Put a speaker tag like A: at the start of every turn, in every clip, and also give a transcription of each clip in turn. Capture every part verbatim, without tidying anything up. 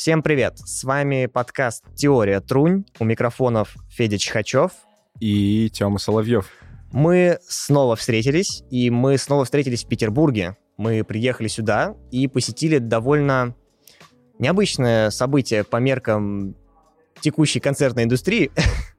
A: Всем привет! С вами подкаст «Теория Трунь». У микрофонов Федя Чихачев
B: и Тёма Соловьев.
A: Мы снова встретились, и мы снова встретились в Петербурге. Мы приехали сюда и посетили довольно необычное событие по меркам текущей концертной индустрии.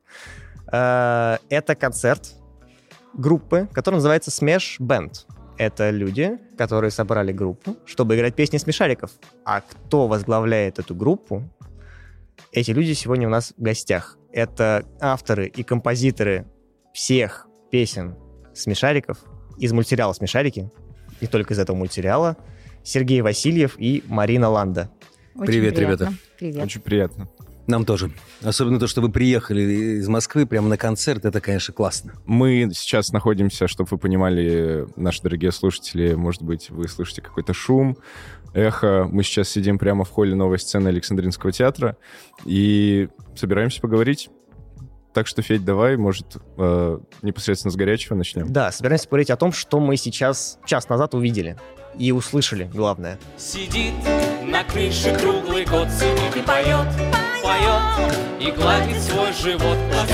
A: Это концерт группы, которая называется Smash Band. Это люди, которые собрали группу, чтобы играть песни смешариков. А кто возглавляет эту группу? Эти люди сегодня у нас в гостях. Это авторы и композиторы всех песен смешариков из мультсериала «Смешарики», не только из этого мультсериала, Сергей Васильев и Марина Ланда.
C: Очень
D: Привет,
C: приятно.
D: ребята.
C: Привет.
B: Очень приятно.
D: Нам тоже. Особенно то, что вы приехали из Москвы прямо на концерт, это, конечно, классно.
B: Мы сейчас находимся, чтобы вы понимали, наши дорогие слушатели, может быть, вы слышите какой-то шум, эхо. Мы сейчас сидим прямо в холле новой сцены Александринского театра и собираемся поговорить. Так что, Федь, давай, может, э, непосредственно с горячего начнем?
A: Да, собираемся поговорить о том, что мы сейчас час назад увидели и услышали, главное.
E: Сидит на крыше круглый год, сидит и поет, поет, и гладит свой живот.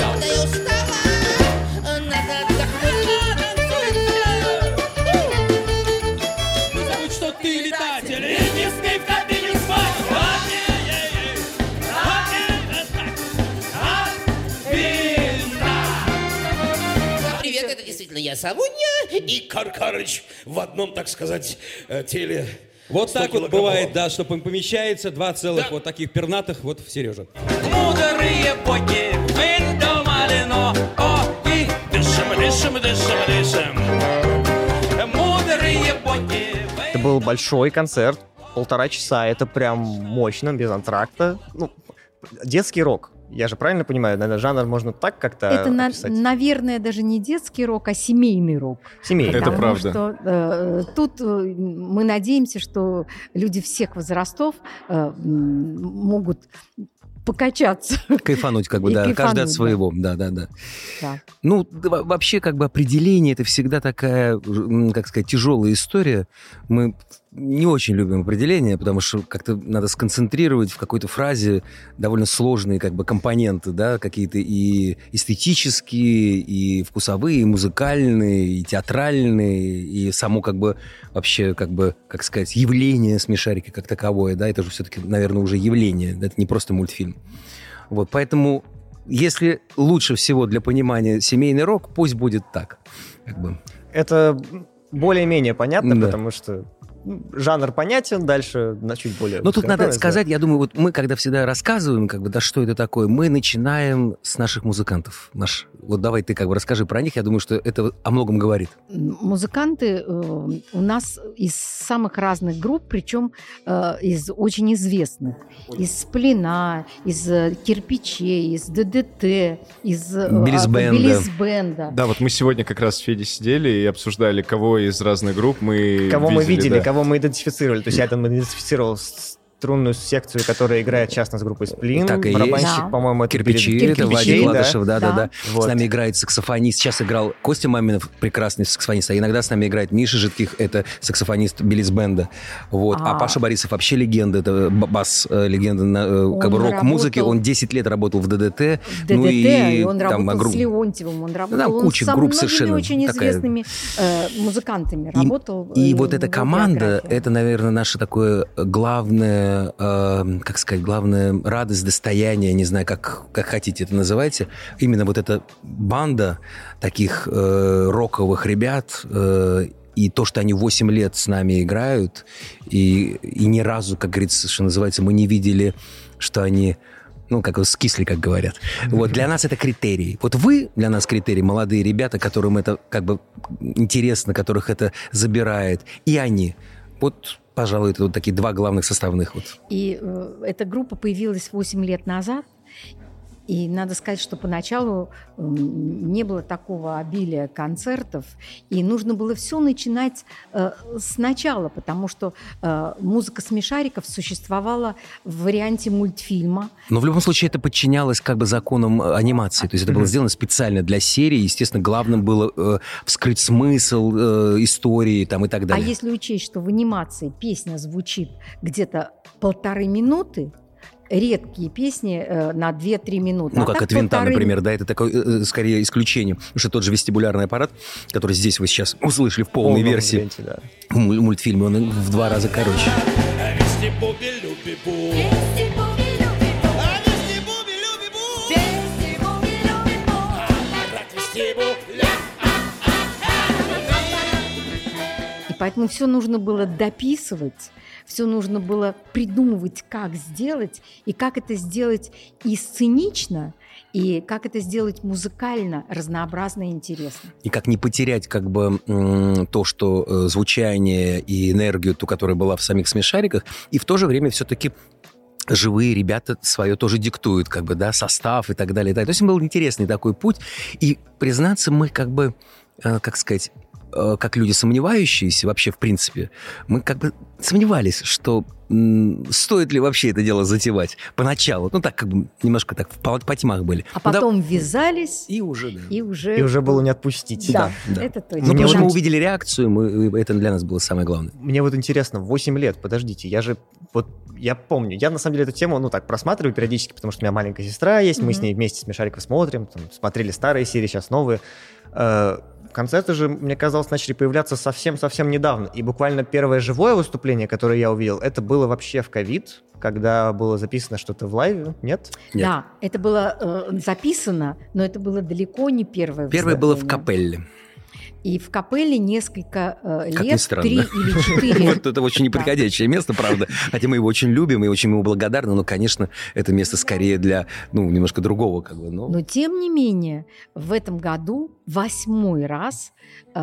F: Забудь, что ты летатель, и не смей в кабине спать.
G: Привет, это действительно я, Савунья и Каркарыч в одном, так сказать, э, теле.
F: Вот так вот
G: килограммовом.
F: бывает, да, что помещается два целых
G: Да.
F: вот таких пернатых вот в Сережа.
E: Мудрые боги, вы думали, но о, и дышим, дышим, дышим, дышим. Мудрые боги, вы...
A: Это был большой концерт, полтора часа, это прям мощно, без антракта. Ну, детский рок. Я же правильно понимаю, наверное, жанр можно так как-то
C: Это, на-
A: описать?
C: наверное, даже не детский рок, а семейный рок.
A: Семейный.
B: Это
C: Потому
B: правда.
C: что э, тут э, мы надеемся, что люди всех возрастов э, м, могут покачаться.
D: Кайфануть, как бы,
C: И
D: да,
C: кайфануть,
D: каждый от
C: да.
D: своего, да-да-да.
C: Да.
D: Ну, да, во- вообще, как бы, определение — это всегда такая, м, как сказать, тяжелая история. Мы не очень любим определение, потому что как-то надо сконцентрировать в какой-то фразе довольно сложные, как бы, компоненты, да, какие-то и эстетические, и вкусовые, и музыкальные, и театральные, и само, как бы, вообще, как бы, как сказать, явление смешарики как таковое, да, это же все-таки, наверное, уже явление, это не просто мультфильм. Вот, поэтому, если лучше всего для понимания семейный рок, пусть будет так, как бы.
A: Это более-менее понятно,
D: Да.
A: потому что ну, жанр понятен, дальше на чуть более...
D: Но тут надо
A: конкретно,
D: сказать, я думаю, вот мы, когда всегда рассказываем, как бы, да, что это такое, мы начинаем с наших музыкантов. Наш, вот давай ты как бы расскажи про них, я думаю, что это о многом говорит.
C: М, Музыканты э, у нас из самых разных групп, причем э, из очень известных. Из Сплина, из э, Кирпичей, из ДДТ, из э,
D: Биллисбенда.
C: Биллисбенда.
B: Да, вот мы сегодня как раз с Федей сидели и обсуждали, кого из разных групп мы
A: Кого мы видели,
B: да.
A: кого мы идентифицировали. То есть я там идентифицировал струнную секцию, которая играет часто с группой «Сплин».
D: Так и есть.
A: Барабанщик,
C: Да.
A: по-моему, это
D: Кирпичи,
A: Берез-
D: это Вадик
A: Кирпичей, да.
D: Ладышев, да-да-да.
C: Да.
A: Вот.
D: С нами играет саксофонист, сейчас играл Костя Маминов, прекрасный саксофонист, а иногда с нами играет Миша Жидких, это саксофонист Биллисбенда. Вот. А,
C: А.
D: Паша Борисов вообще легенда, это б- бас-легенда на, э, как бы
C: Он
D: рок-музыки,
C: работал-
D: он десять лет работал в ДДТ.
C: В ДДТ,
D: ну
C: и он
D: там,
C: работал
D: а, групп-
C: с Леонтьевым, он работал
D: там
C: он
D: куча
C: со
D: групп
C: многими
D: совершенно
C: очень
D: такая-
C: известными э, музыкантами
D: И-
C: работал.
D: И,
C: э,
D: вот
C: в
D: эта
C: его
D: команда,
C: биографии.
D: это, наверное, наше такое главное, э, как сказать, главная радость, достояние, не знаю, как, как хотите это называйте. Именно вот эта банда таких э, роковых ребят, э, и то, что они восемь лет с нами играют, и, и ни разу, как говорится, что называется, мы не видели, что они... Ну, как вот скисли, как говорят. Вот, для нас это критерий. Вот вы для нас критерий, молодые ребята, которым это как бы интересно, которых это забирает, и они. Вот, пожалуй, это вот такие два главных составных. Вот.
C: И э, эта группа появилась восемь лет назад. И надо сказать, что поначалу м, не было такого обилия концертов, и нужно было все начинать э, сначала, потому что э, музыка смешариков существовала в варианте мультфильма.
D: Но в любом случае это подчинялось как бы законам э, анимации. То есть это было сделано специально для серии. Естественно, главным было э, вскрыть смысл э, истории там, и так
C: А
D: далее.
C: если учесть, что в анимации песня звучит где-то полторы минуты, редкие песни э, на две-три минуты.
D: Ну,
C: А
D: как
C: так
D: от винта,
C: полторы-
D: например, да, это такое, э, скорее, исключение. Потому что тот же вестибулярный аппарат, который здесь вы сейчас услышали в полной
A: полном
D: версии,
A: варианте, да.
D: в муль- мультфильме, он в два раза короче.
F: Вести-буби-люби-бу. А вести-буби-люби-бу. Аппарат вестибуля.
C: И поэтому все нужно было дописывать, все нужно было придумывать, как сделать, и как это сделать и сценично, и как это сделать музыкально, разнообразно и интересно.
D: И как не потерять как бы м, то, что э, звучание и энергию, ту, которая была в самих смешариках, и в то же время все-таки живые ребята свое тоже диктуют, как бы, да, состав и так далее. И так. То есть был интересный такой путь. И, признаться, мы как бы, э, как сказать, э, как люди сомневающиеся вообще, в принципе, мы как бы сомневались, что м, стоит ли вообще это дело затевать поначалу. Ну, так как бы немножко так в по- потьмах были.
C: А
D: Ну, да,
C: потом ввязались,
D: и уже, да.
C: и уже...
A: И уже было не отпустить.
C: Да,
D: Да.
C: это точно.
D: Ну,
A: Мне
D: потому что
A: вот
D: мы
A: ин-
D: увидели реакцию, мы, это для нас было самое главное.
A: Мне вот интересно, восемь лет, подождите, я же, вот, я помню, я на самом деле эту тему, ну, так, просматриваю периодически, потому что у меня маленькая сестра есть, мы
C: Мгм.
A: с ней вместе с Смешариков смотрим, там, смотрели старые серии, сейчас новые. Э, Концерты же, мне казалось, начали появляться совсем-совсем недавно, и буквально первое живое выступление, которое я увидел, это было вообще в ковид, когда было записано что-то в лайве, нет?
D: Нет.
C: Да, это было э, записано, но это было далеко не первое
D: Первое было в
C: выступление.
D: капелле.
C: И в капелле несколько э,
D: Как ни
C: лет,
D: странно.
C: три или четыре.
D: Вот это очень неподходящее место, правда. Хотя мы его очень любим и очень ему благодарны, но, конечно, это место скорее для, ну, немножко другого, как бы. Но...
C: Но тем не менее, в этом году восьмой раз э,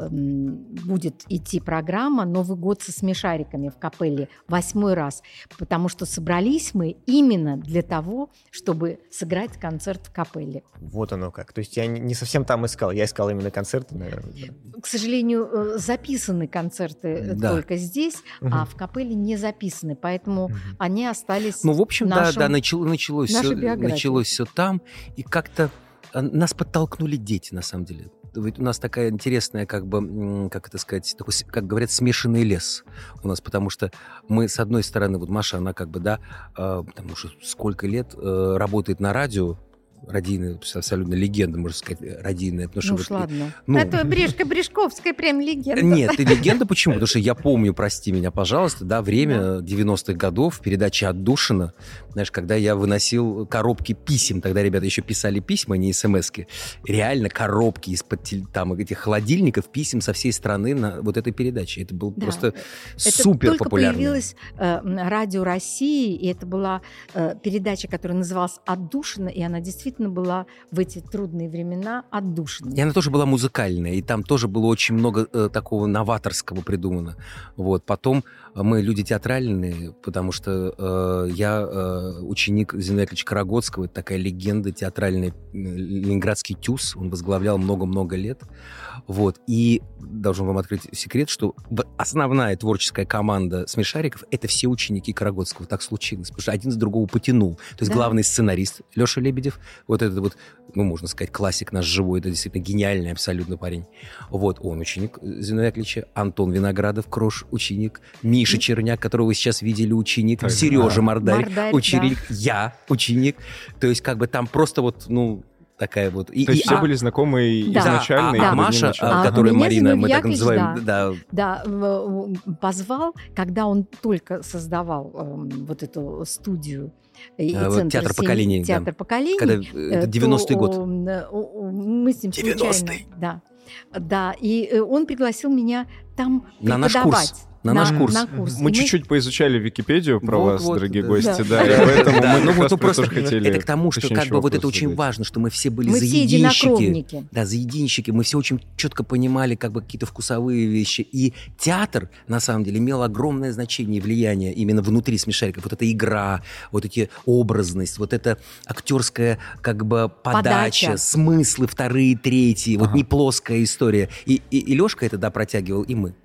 C: м, будет идти программа «Новый год со смешариками» в капелле. Восьмой раз. Потому что собрались мы именно для того, чтобы сыграть концерт в капелле.
A: Вот оно как. То есть я не не совсем там искал, я искал именно концерты, наверное.
C: К сожалению, э, записаны концерты э,
D: Да.
C: только здесь, а
A: Мгм.
C: в капелле не записаны. Поэтому
A: Мгм.
C: они остались
D: Ну, в общем,
C: в
D: да,
C: нашем-
D: да, начало, началось,
C: наша
D: все,
C: биография.
D: началось все там, и как-то а, нас подтолкнули дети, на самом деле. Ведь у нас такая интересная, как бы, м, как это сказать, такой, с- как говорят, смешанный лес у нас, потому что мы, с одной стороны, вот Маша, она как бы, да, э, там уже сколько лет э, работает на радио, радийная, то есть абсолютно легенда, можно сказать, радийная. Потому что
C: Ну
D: вот
C: уж ладно.
D: ну,
C: Это Брешка Брешковская прям легенда.
D: Нет, ты легенда почему? Потому что я помню, прости меня, пожалуйста, да, время девяностых годов, передача «Отдушина», знаешь, когда я выносил коробки писем, тогда ребята еще писали письма, не смски, реально коробки из-под тел- там этих холодильников, писем со всей страны на вот этой передаче. Это был
C: Да.
D: просто
C: Это
D: супер
C: только
D: популярно.
C: появилось э, м, Радио России, и это была э, передача, которая называлась «Отдушина», и она действительно была в эти трудные времена отдушиной.
D: И она тоже была музыкальная, и там тоже было очень много э, такого новаторского придумано. Вот. Потом э, мы люди театральные, потому что э, я э, ученик Зиновия Яковлевича Карагодского, это такая легенда театральная, э, ленинградский ТЮЗ, он возглавлял много-много лет. Вот. И должен вам открыть секрет, что в- основная творческая команда смешариков — это все ученики Карагодского. Так случилось, потому что один за другого потянул. То есть
C: Да.
D: главный сценарист Леша Лебедев, вот этот вот, ну, можно сказать, классик наш живой, это действительно гениальный абсолютно парень. Вот, он ученик Зиновия Яковлевича, Антон Виноградов, Крош, ученик, Миша Черняк, которого вы сейчас видели, ученик,
B: Так,
D: Сережа
A: да.
D: Мордарь,
C: Мордарь,
D: ученик, я ученик. То есть как бы там просто вот, ну, такая вот... И,
B: То есть
D: и-
B: все
D: а-
B: были знакомы
C: Да.
B: изначально,
D: а,
B: и
D: а
B: под одним
D: Маша,
B: началом.
C: А,
D: которую
C: меня
D: Марина, мы
C: Зиновий
D: так называем,
C: Яковлевич,
D: да,
C: Да, в- в- позвал, когда он только создавал эм, вот эту студию и
D: А, вот
C: центр
D: «Театр
C: семьи-
D: поколений», да.
C: театр поколений.
D: когда,
C: э,
D: это девяностый
C: то,
D: год.
C: м, э, о- о, мы с ним случайно...
D: девяностый.
C: Да, да, и э, он пригласил меня там
D: На наш
C: преподавать.
D: курс. На наш курс.
C: на курс.
B: Мы
C: И
B: чуть-чуть поизучали Википедию про
D: Вот,
B: вас,
D: вот,
B: дорогие
D: да.
B: гости,
C: Да.
B: да, и поэтому
D: Да,
B: мы
D: ну
B: как
D: вот
B: раз
D: ну, просто
B: тоже хотели
D: это к тому, что как
B: уточняющий
D: бы вот это
B: вопрос
D: очень
B: задать.
D: важно, что мы все были
C: Мы все
D: заединщики.
C: единокровники.
D: Да, заединщики. Мы все очень четко понимали как бы какие-то вкусовые вещи. И театр, на самом деле, имел огромное значение и влияние именно внутри смешариков. Вот эта игра, вот эти образность, вот эта актерская как бы подача,
C: Подача.
D: смыслы вторые, третьи, вот
B: Ага.
D: не плоская история. И, и, и Лешка это, да, протягивал, и мы.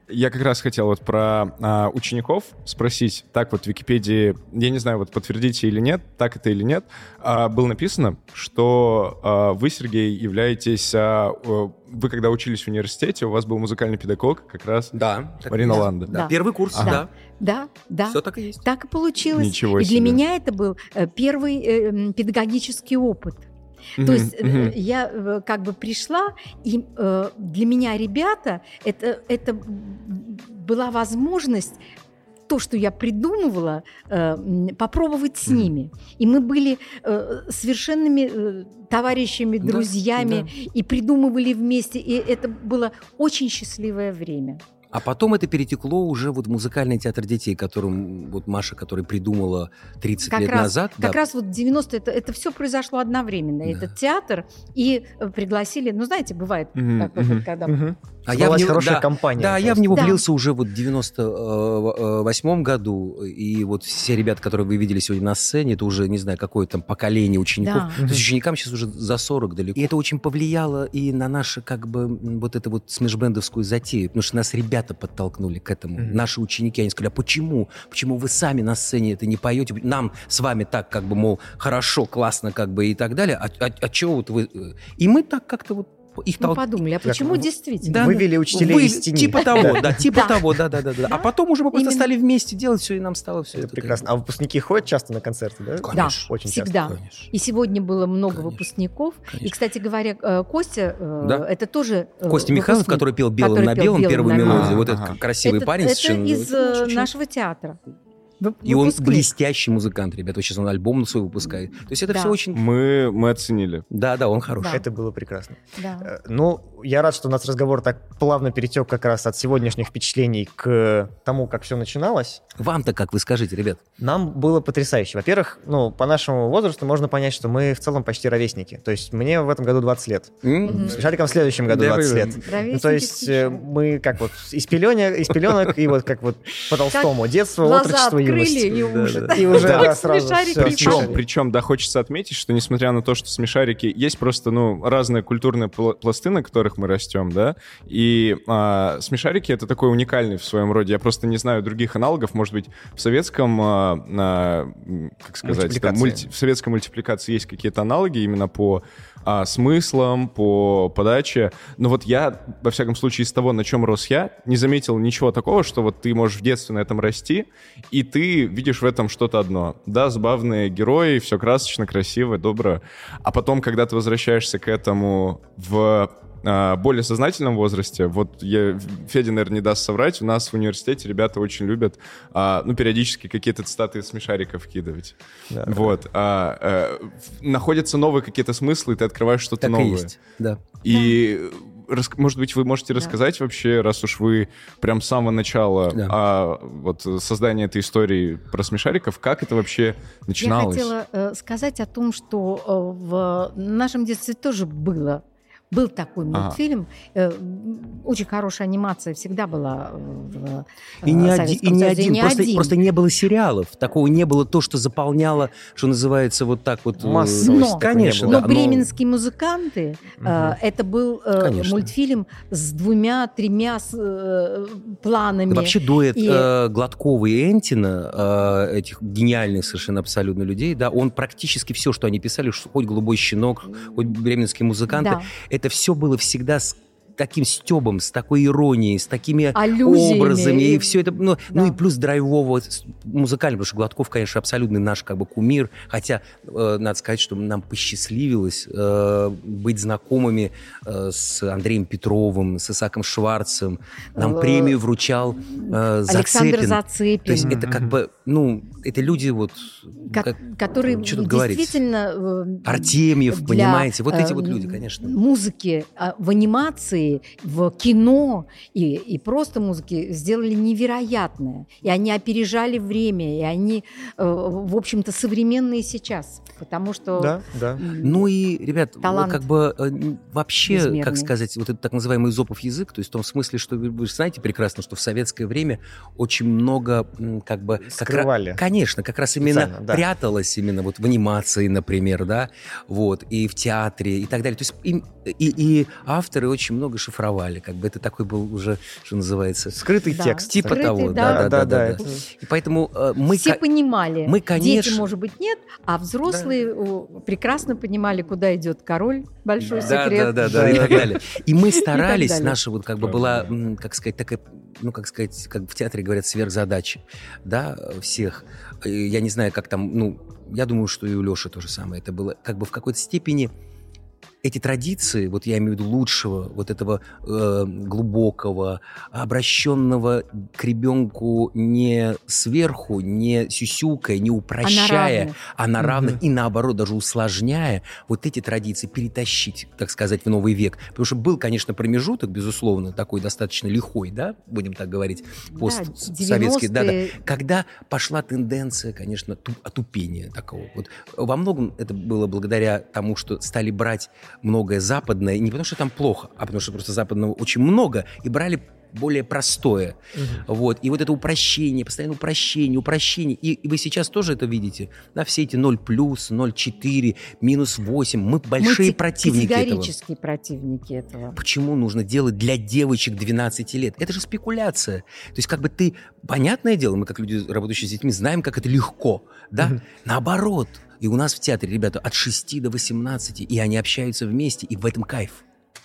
B: Я как раз хотел вот про а, учеников спросить. Так вот в Википедии, я не знаю, вот подтвердите или нет, так это или нет, а, было написано, что а, вы, Сергей, являетесь... А, вы когда учились в университете, у вас был музыкальный педагог, как раз
D: Да.
B: Марина
C: да.
B: Ланда.
C: Да.
D: Первый курс,
C: Да.
D: да.
C: Да, да.
D: Все так и есть.
C: Так и получилось.
B: Ничего
C: и для
B: себе.
C: меня это был э, первый э, педагогический опыт. То
B: Мгм,
C: есть э,
B: мгм.
C: я э, как бы пришла, и э, для меня ребята, это, это была возможность то, что я придумывала, э, м, попробовать с ними. И мы были э, совершенными э, товарищами,
D: Да,
C: друзьями,
D: да.
C: и придумывали вместе. И это было очень счастливое время.
D: А потом это перетекло уже вот в музыкальный театр детей, которым вот Маша, которая придумала тридцать
C: Как
D: лет
C: раз,
D: назад.
C: Как
D: да.
C: раз вот в девяностые это, это все произошло одновременно.
D: Да.
C: Этот театр, и э, пригласили, ну, знаете, бывает
B: Мгм,
C: такое,
B: мгм.
C: вот, когда...
A: Мгм.
D: А я в
A: Собралась
D: него-
A: хорошая
D: да,
A: компания.
D: Да, я в
A: просто.
D: него
C: Да.
D: влился уже вот в девяносто восьмом году, и вот все ребята, которые вы видели сегодня на сцене, это уже, не знаю, какое там поколение учеников.
C: Да.
D: То есть ученикам сейчас уже за сорок далеко. И это очень повлияло и на нашу, как бы, м, вот эту вот смешбендовскую затею, потому что нас ребята подтолкнули к этому.
A: Мгм.
D: Наши ученики, они сказали, а почему? Почему вы сами на сцене это не поете? Нам с вами так, как бы, мол, хорошо, классно, как бы, и так далее. А, а, а чего вот вы... И мы так как-то вот их
C: Мы
D: толк-
C: подумали, а почему
A: вы-
C: действительно?
D: Да,
A: Вывели
D: да.
A: учителей
D: Вы-
A: из тени.
D: Типа того, да, типа
C: Да.
D: того, да, да, да, да. А
C: Да.
D: потом уже мы просто
C: Именно.
D: стали вместе делать все, и нам стало все
A: Это
D: это.
A: прекрасно. А выпускники ходят часто на концерты, да?
C: Да,
D: Конечно.
A: Очень
C: всегда.
D: Конечно.
C: И сегодня было много
D: Конечно.
C: выпускников. И,
D: Конечно.
C: кстати говоря, э, Костя, э,
D: Да.
C: это тоже э,
D: Костя Михайлов,
C: выпускник,
D: который пел «Белым
C: который
D: на
C: пел
D: белом»
C: «Белым
D: первую
C: на белом».
D: мелодию. Вот
B: Ага.
D: этот красивый
C: это,
D: парень
C: это
D: совершенно.
C: из
D: очень-
C: э,
D: очень-
C: нашего театра. Вы-
D: И он
C: выпускник.
D: блестящий музыкант, ребята. Вот сейчас он альбом свой выпускает. То есть это
C: Да.
D: все очень...
B: Мы, мы оценили.
D: Да, да, он хороший.
C: Да.
A: Это было прекрасно.
C: Да.
A: Э, Ну, я рад, что у нас разговор так плавно перетек как раз от сегодняшних впечатлений к тому, как все начиналось.
D: Вам-то как, вы скажите, ребят?
A: Нам было потрясающе. Во-первых, ну, по нашему возрасту можно понять, что мы в целом почти ровесники. То есть мне в этом году двадцать лет.
D: М?
A: Смешарикам в следующем году
B: Да,
A: двадцать
B: вы-
A: лет. Ну,
C: Ровесники
A: то есть э,
C: отлично.
A: мы как вот из пеленок, из пеленок и вот как вот по Толстому. Детство,
C: Глаза
A: отрочество,
C: открыли,
A: юность.
C: и уже...
A: И уже
B: Да.
A: да, сразу
C: Смешарики
A: всё,
C: и
B: Причем,
C: пошли.
B: причем, да, хочется отметить, что несмотря на то, что смешарики, есть просто, ну, разные культурные пла- пласты, на которых мы растем, да, и а, смешарики — это такой уникальный в своем роде. Я просто не знаю других аналогов, может быть, в советском, а, а, м, как сказать, там,
A: Мультипликации.
B: мульти- в советской мультипликации есть какие-то аналоги именно по а, смыслам, по подаче, но вот я, во всяком случае, из того, на чем рос я, не заметил ничего такого, что вот ты можешь в детстве на этом расти, и ты видишь в этом что-то одно. Да, забавные герои, все красочно, красиво, добро. А потом, когда ты возвращаешься к этому в а, более сознательном возрасте, вот я, Федя, наверное, не даст соврать, у нас в университете ребята очень любят, а, ну, периодически какие-то цитаты из смешариков вкидывать.
A: Да.
B: Вот. А, а, в- находятся новые какие-то смыслы, и ты открываешь что-то
D: Так и
B: новое.
D: есть, да.
B: И, рас- может быть, вы можете
C: Да.
B: рассказать вообще, раз уж вы прям с самого начала
D: Да.
B: а, вот, создания этой истории про смешариков, как это вообще начиналось?
C: Я хотела э, сказать о том, что э, в нашем детстве тоже было. Был такой
B: Ага.
C: мультфильм. Э, м, очень хорошая анимация всегда была э, в
D: И
C: э,
D: не, один,
C: Советском
D: и не
C: Союзе.
D: один.
C: Не
D: Просто,
C: один.
D: просто не было сериалов. Такого не было то, что заполняло, что называется, вот так вот. э,
A: Массовость
C: Но-
A: такой
D: конечно,
A: не
C: Но
A: было.
D: да.
C: «Бременские музыканты» э,
A: Мгм.
C: это был э,
D: Конечно.
C: мультфильм с двумя-тремя с, э, планами.
D: Да вообще дуэт
C: И-
D: э, Гладкова и Энтина, э, этих гениальных совершенно абсолютно людей, да, он практически все, что они писали, что хоть «Голубой щенок», хоть «Бременские музыканты»,
C: Да.
D: это все было всегда с таким стебом, с такой иронией, с такими
C: Аллюзиями.
D: образами, и все это, ну, ну
C: Да.
D: и плюс драйвово, с- музыкально, потому что Гладков, конечно, абсолютный наш как бы кумир, хотя, э, надо сказать, что нам посчастливилось э, быть знакомыми э, с Андреем Петровым, с Исааком Шварцем, нам
C: Э,
D: премию вручал э,
C: Александр
D: Зацепин.
C: Зацепин.
D: То есть это
A: Мгм.
D: как бы, ну, это люди вот...
C: Ко-
D: как-
C: который
D: что тут говорить?
C: действительно э,
D: Артемьев,
C: для,
D: понимаете, вот эти
C: э,
D: вот люди, конечно.
C: музыки а, в анимации, в кино и, и просто музыки сделали невероятное. И они опережали время, и они, э, в общем-то, современные сейчас. Потому что...
A: Да, да.
C: м,
D: Ну и, ребят, вот
C: Талант
D: как бы э, вообще,
C: безмерный.
D: как сказать, вот этот так называемый изопов язык, то есть в том смысле, что вы, вы же знаете прекрасно, что в советское время очень много м, как бы... как
A: Скрывали.
D: ра- конечно, как раз именно
A: Специально, да.
D: пряталось именно вот в анимации, например, да, вот, и в театре и так далее. То есть им- и, и авторы очень много шифровали. Как бы это такой был уже, что называется...
A: Скрытый
C: Да.
A: текст.
D: Типа
C: Скрытый,
D: того,
C: да.
D: да, да, да.
A: Да,
D: да,
A: да,
D: да. И поэтому э, мы...
C: Все
D: ко-
C: понимали.
D: мы, конечно-
C: Дети, может быть, нет, а взрослые о, прекрасно понимали, куда идет король. Большой
D: Да,
C: секрет.
D: да, да, да, и так далее. И мы
C: так
D: старались,
C: далее.
D: наша вот как бы была, м, как сказать, такая, ну, как сказать, как в театре говорят, сверхзадача, да, всех. И я не знаю, как там, ну, я думаю, что и у Леши то же самое. Это было как бы в какой-то степени эти традиции, вот я имею в виду лучшего, вот этого э, глубокого, обращенного к ребенку не сверху, не сюсюкая, не упрощая,
C: равных.
D: а на равных,
A: Мгм.
D: и наоборот, даже усложняя, вот эти традиции перетащить, так сказать, в новый век. Потому что был, конечно, промежуток, безусловно, такой достаточно лихой, да, будем так говорить,
C: Да,
D: постсоветский, да, да,
C: девяностые.
D: когда пошла тенденция, конечно, ту- отупения такого. Вот во многом это было благодаря тому, что стали брать многое западное, не потому что там плохо, а потому что просто западного очень много, и брали более простое. Вот. И вот это упрощение, постоянное упрощение, упрощение. И, и вы сейчас тоже это видите. Да, все эти ноль плюс, ноль четыре, минус восемь. Мы большие
C: Мы те-
D: противники этого.
C: категорические противники этого.
D: Почему нужно делать для девочек двенадцати лет? Это же спекуляция. То есть как бы ты, понятное дело, мы как люди, работающие с детьми, знаем, как это легко, да? Наоборот. И у нас в театре ребята от шести до восемнадцати, и они общаются вместе, и в этом кайф.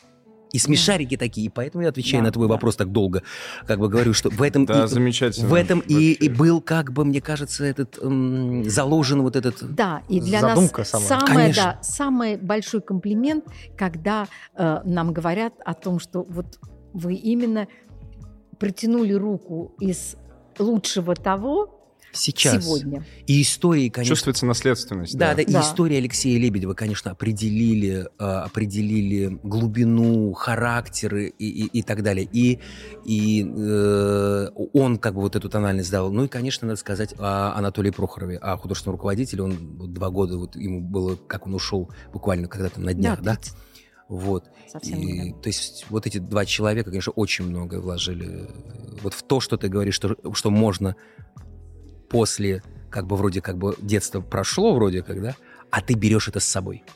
D: И смешарики такие, и поэтому я отвечаю
C: Да,
D: на твой
C: да.
D: вопрос так долго, как бы говорю, что в этом,
B: Да,
D: и,
B: замечательно.
D: в этом и, и
B: Вообще.
D: был, как бы, мне кажется, этот м, заложен вот этот...
C: Да, и для
A: Задумка
C: нас
A: сама.
C: самое,
D: Конечно.
C: да, самый большой комплимент, когда э, нам говорят о том, что вот вы именно протянули руку из лучшего того
D: Сейчас.
C: сегодня.
D: И истории, конечно...
B: Чувствуется наследственность.
D: Да, да, и
C: Да.
D: история Алексея Лебедева, конечно, определили, э, определили глубину, характеры и, и, и так далее. И, и э, он как бы вот эту тональность дал. Ну и, конечно, надо сказать о Анатолии Прохорове, о художественном руководителе. Он вот два года, вот ему было, как он ушел буквально когда-то на днях, да?
C: тридцать,
D: Вот.
C: совсем
D: И,
C: недавно.
D: то есть вот эти два человека, конечно, очень многое вложили э, вот в то, что ты говоришь, что, что можно после, как бы вроде как бы детство прошло, вроде как, да, а ты берешь это с собой.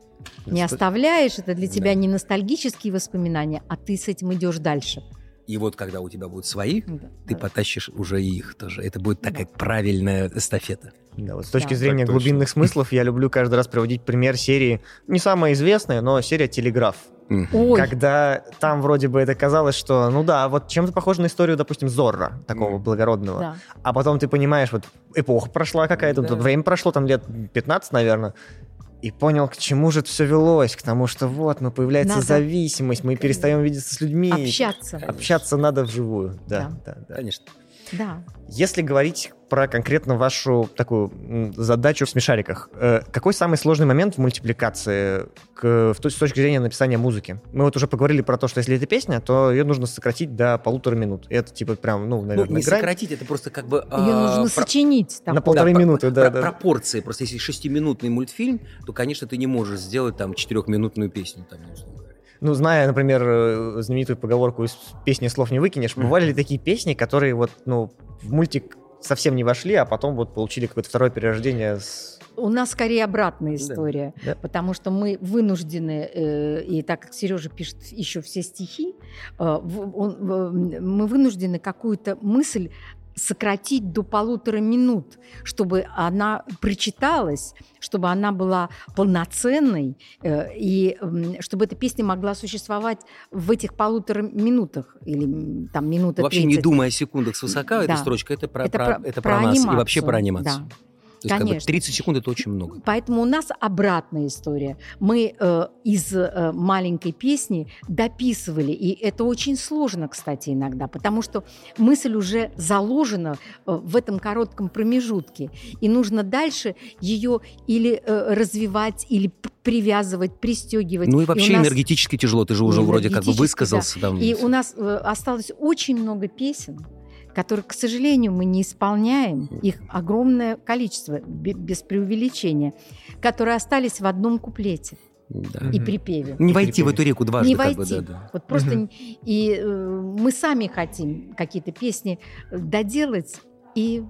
C: Не
A: Что-
C: оставляешь, это для тебя
D: Да.
C: не ностальгические воспоминания, а ты с этим идешь дальше.
D: И вот когда у тебя будут свои,
C: Да.
D: ты потащишь уже и их тоже. Это будет такая правильная эстафета.
A: Да, вот с точки
C: Да.
A: зрения
B: Так точно.
A: глубинных смыслов я люблю каждый раз приводить пример серии, не самая известная, но серия «Телеграф».
D: Мгм.
C: Ой,
A: Когда там вроде бы это казалось, что, ну да, вот чем-то похоже на историю, допустим, Зорро, такого
B: Мгм.
A: благородного.
C: да.
A: А потом ты понимаешь, вот эпоха прошла какая-то,
D: Да.
A: тут время прошло, там лет пятнадцать, наверное, и понял, к чему же это все велось, к тому, что вот, ну, появляется
C: Надо
A: зависимость, мы перестаем видеться с людьми.
C: Общаться.
A: Общаться надо вживую, да, да, да.
D: Конечно.
C: Да.
A: Если говорить про конкретно вашу такую м, задачу в смешариках, э, какой самый сложный момент в мультипликации к- в то- с точки зрения написания музыки? Мы вот уже поговорили про то, что если это песня, то ее нужно сократить до полутора минут. И это типа прям, ну,
D: Ну,
A: наверное,
D: не
A: грань
D: сократить, это просто как бы...
C: Ее
D: а,
C: нужно
D: про-
C: сочинить.
A: на
C: такое.
A: полторы
D: про-
A: минуты, да,
D: про-
A: да.
D: Пропорции. Просто если шестиминутный мультфильм, то, конечно, ты не можешь сделать там четырехминутную песню. Там, условно говоря.
A: Ну, зная, например, э, знаменитую поговорку из песни «Слов не выкинешь», бывали ли такие песни, которые вот, ну, в мультик совсем не вошли, а потом вот получили какое-то второе перерождение с...
C: У нас скорее обратная история,
A: Да.
C: потому что мы вынуждены, э, и так как Сережа пишет еще все стихи, э, в- он- в- мы вынуждены какую-то мысль сократить до полутора минут, чтобы она прочиталась, чтобы она была полноценной, э, и м, чтобы эта песня могла существовать в этих полутора минутах, или м, там минута
D: Вообще не
C: тридцать.
D: думая о секундах свысока, эта
C: Да.
D: строчка, это про,
C: Это
D: про-
C: про-
D: это
C: про
D: про нас. И
C: анимацию.
D: вообще про анимацию.
C: Да.
D: То есть как бы
C: Конечно.
D: тридцать секунд — это очень много.
C: Поэтому у нас обратная история. Мы э, из э, маленькой песни дописывали, и это очень сложно, кстати, иногда, потому что мысль уже заложена э, в этом коротком промежутке, и нужно дальше ее или э, развивать, или п- привязывать, пристегивать.
D: Ну и вообще
C: у нас-
D: энергетически тяжело, ты же уже вроде как бы
C: Энергетически,
D: высказался. Там.
C: И у нас э, осталось очень много песен, которые, к сожалению, мы не исполняем. Их огромное количество, бе- без преувеличения, которые остались в одном куплете
D: Да.
C: и
A: Мгм.
C: припеве.
D: Не войти в
A: припеве.
D: эту реку дважды.
C: Не
D: как
C: войти.
D: бы, да, да.
C: Вот просто
A: Мгм.
C: и э, мы сами хотим какие-то песни доделать и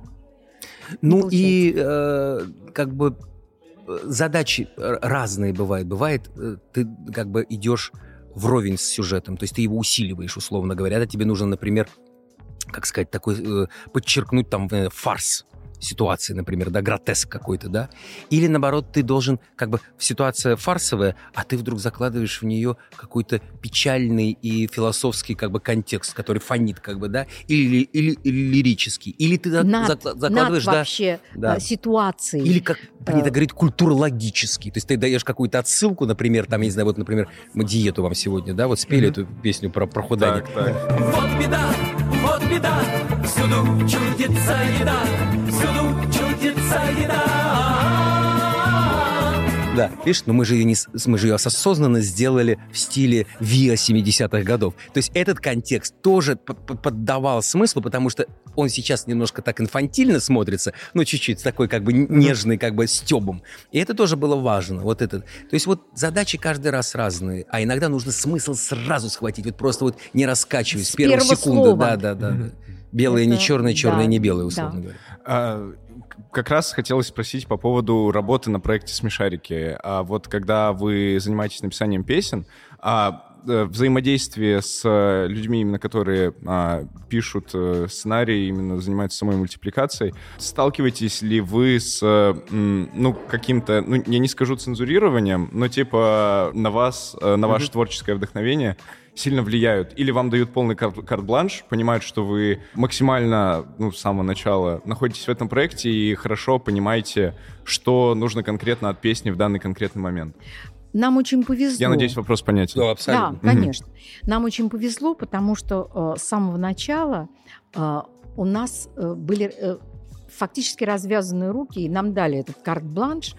D: Ну и э, как бы э, задачи э, разные бывают. Бывает, э, ты как бы идешь вровень с сюжетом, то есть ты его усиливаешь, условно говоря. Да, тебе нужно, например, как сказать, такой, э, подчеркнуть там э, фарс ситуации, например, да, гротеск какой-то, да, или, наоборот, ты должен, как бы, ситуация фарсовая, а ты вдруг закладываешь в нее какой-то печальный и философский, как бы, контекст, который фонит, как бы, да, или, или, или лирический, или ты
C: Над,
D: зак- закладываешь,
C: над
D: да,
C: вообще
D: да.
C: ситуацией.
D: Или, как принято говорить, культурологический. То есть ты даешь какую-то отсылку, например, там, я не знаю, вот, например, мы диету вам сегодня, да, вот спели mm-hmm. эту песню про, про худание.
B: Так, так.
F: Вот беда, вот беда, всюду чудится еда, всюду чудится еда.
D: Да, видишь, но мы же ее, не, мы же ее осознанно сделали в стиле ВИА семидесятых годов. То есть этот контекст тоже поддавал смыслу, потому что он сейчас немножко так инфантильно смотрится, ну, чуть-чуть такой как бы нежный, как бы стёбом. И это тоже было важно, вот этот. То есть вот задачи каждый раз разные, а иногда нужно смысл сразу схватить, вот просто вот не раскачиваясь с первой секунды.
C: Слова.
D: Да, да, да. Mm-hmm. Белое
C: это,
D: не черное, черное
C: да,
D: не белое, условно
C: да.
D: говоря.
B: А, как раз хотелось спросить по поводу работы на проекте «Смешарики». А вот когда вы занимаетесь написанием песен, а, взаимодействие с людьми, именно которые а, пишут сценарии, именно занимаются самой мультипликацией, сталкиваетесь ли вы с, м, ну, каким-то, ну, я не скажу цензурированием, но типа на вас, на ваше mm-hmm. творческое вдохновение сильно влияют? Или вам дают полный кар- карт-бланш, понимают, что вы максимально, ну, с самого начала находитесь в этом проекте и хорошо понимаете, что нужно конкретно от песни в данный конкретный момент?
C: Нам очень повезло.
B: Я надеюсь, вопрос понятен.
D: Да, абсолютно.
C: Да, конечно. Mm-hmm. Нам очень повезло, потому что э, с самого начала э, у нас э, были э, фактически развязанные руки, и нам дали этот карт-бланш.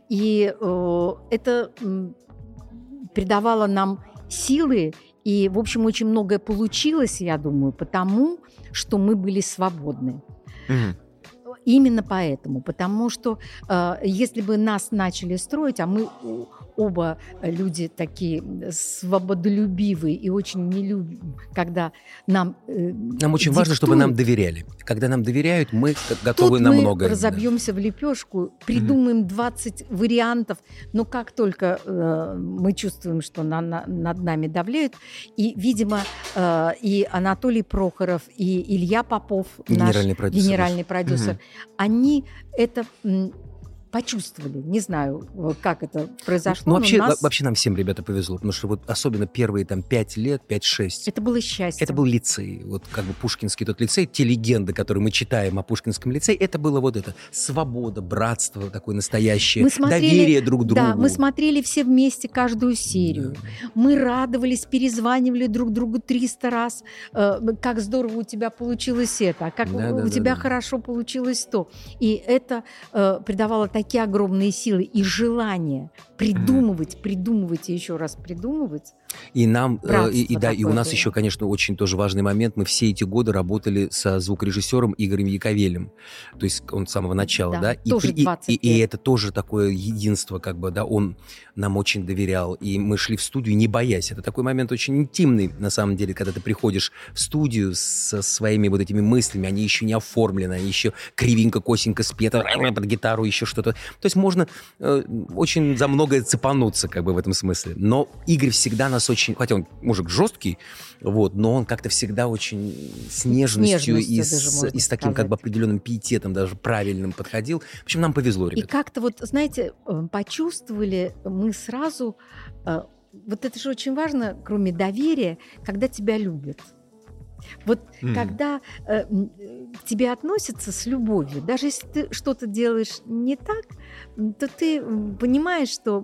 C: И э, это э, придавало нам силы, и, в общем, очень многое получилось, я думаю, потому что мы были свободны. Mm-hmm. Именно поэтому, потому что э, если бы нас начали строить, а мы оба люди такие свободолюбивые и очень не любим, когда нам э,
D: Нам очень важно, чтобы нам доверяли. Когда нам доверяют, мы готовы
C: Тут
D: на
C: мы
D: многое.
C: мы разобьемся в лепешку, придумаем двадцать вариантов, но как только э, мы чувствуем, что на, на, над нами давляют, и, видимо, э, и Анатолий Прохоров, и Илья Попов,
D: генеральный
C: наш
D: продюсер,
C: генеральный продюсер, mm-hmm. они это м, почувствовали. Не знаю, как это произошло.
D: Ну, вообще,
C: нас...
D: вообще нам всем, ребята, повезло, потому что вот особенно первые там пять лет, пять-шесть.
C: Это было счастье.
D: Это был лицей. Вот как бы пушкинский тот лицей, те легенды, которые мы читаем о пушкинском лицее, это было вот это. Свобода, братство такое настоящее, мы смотрели, доверие друг к другу.
C: Да, мы смотрели все вместе каждую серию. Да. Мы радовались, перезванивали друг другу триста раз. Э, как здорово у тебя получилось это, а как да, у, да, у тебя да, хорошо да. получилось то. И это э, придавало такие огромные силы и желание придумывать, mm. придумывать и еще раз придумывать.
D: И нам, э, и, и, да, и у нас было. Еще, конечно, очень тоже важный момент. Мы все эти годы работали со звукорежиссером Игорем Яковелем. То есть он с самого начала, да? да? И,
C: тоже
D: и, и, и это тоже такое единство, как бы, да, он нам очень доверял. И мы шли в студию, не боясь. Это такой момент очень интимный, на самом деле, когда ты приходишь в студию со своими вот этими мыслями, они еще не оформлены, они еще кривенько, косенько спето, под гитару еще что-то. То есть можно э, очень за многое цепануться, как бы, в этом смысле. Но Игорь всегда нас очень... Хотя он мужик жесткий, вот, но он как-то всегда очень с нежностью, с нежностью и, с, и с таким, как бы, определенным пиететом даже правильным подходил. В общем, нам повезло, ребята.
C: И как-то вот, знаете, почувствовали мы сразу... Вот это же очень важно, кроме доверия, когда тебя любят. Вот mm. когда э, к тебе относятся с любовью, даже если ты что-то делаешь не так, то ты понимаешь, что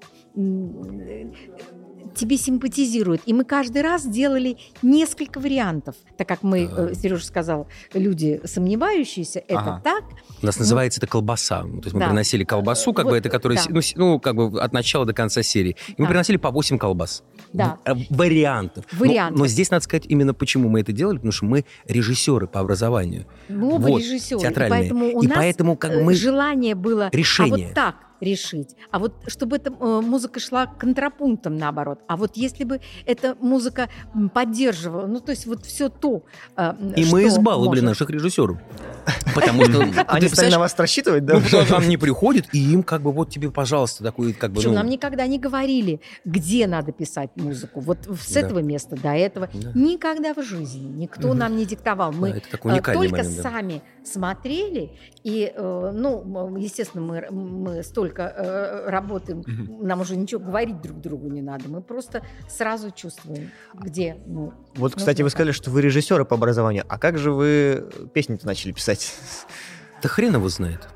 C: э, тебе симпатизируют. И мы каждый раз делали несколько вариантов. Так как мы, uh-huh. э, Сережа сказал, люди сомневающиеся, это uh-huh. так.
D: У нас ну, называется это колбаса. То есть мы да. приносили колбасу, как вот, бы это, которая, да. ну, ну, как бы от начала до конца серии. И мы да. приносили по восемь колбас.
C: Да.
D: Вариантов.
C: Вариантов.
D: Но, но здесь надо сказать именно почему мы это делали, потому что мы режиссеры по образованию.
C: Мы оба
D: вот,
C: режиссеры.
D: Театральные.
C: И поэтому у
D: и
C: нас
D: поэтому, как мы...
C: желание было...
D: Решение.
C: А вот так решить. А вот чтобы эта э, музыка шла контрапунктом, наоборот. А вот если бы эта музыка поддерживала, ну, то есть вот все то, э,
D: И
C: что
D: мы избаловали
C: может...
D: наших режиссеров. Потому что...
A: Они стали на вас рассчитывать, да?
D: Ну, потому что они приходят, и им как бы вот тебе, пожалуйста, такой как бы...
C: Причем
D: ну,
C: нам никогда не говорили, где надо писать музыку. Вот с
D: Да.
C: этого места до этого.
D: Да.
C: Никогда в жизни никто нам не диктовал. Мы
D: Да, это такой
C: э,
D: уникальный
C: только
D: момент, да.
C: сами смотрели. И, э, ну, м, естественно, мы, мы столько э, работаем, нам уже ничего говорить друг другу не надо. Мы просто сразу чувствуем, где. Ну,
A: Вот, кстати,
C: нужно
A: вы сказали, что вы режиссеры по образованию. А как же вы песни-то начали писать?
D: Да хрен его знает.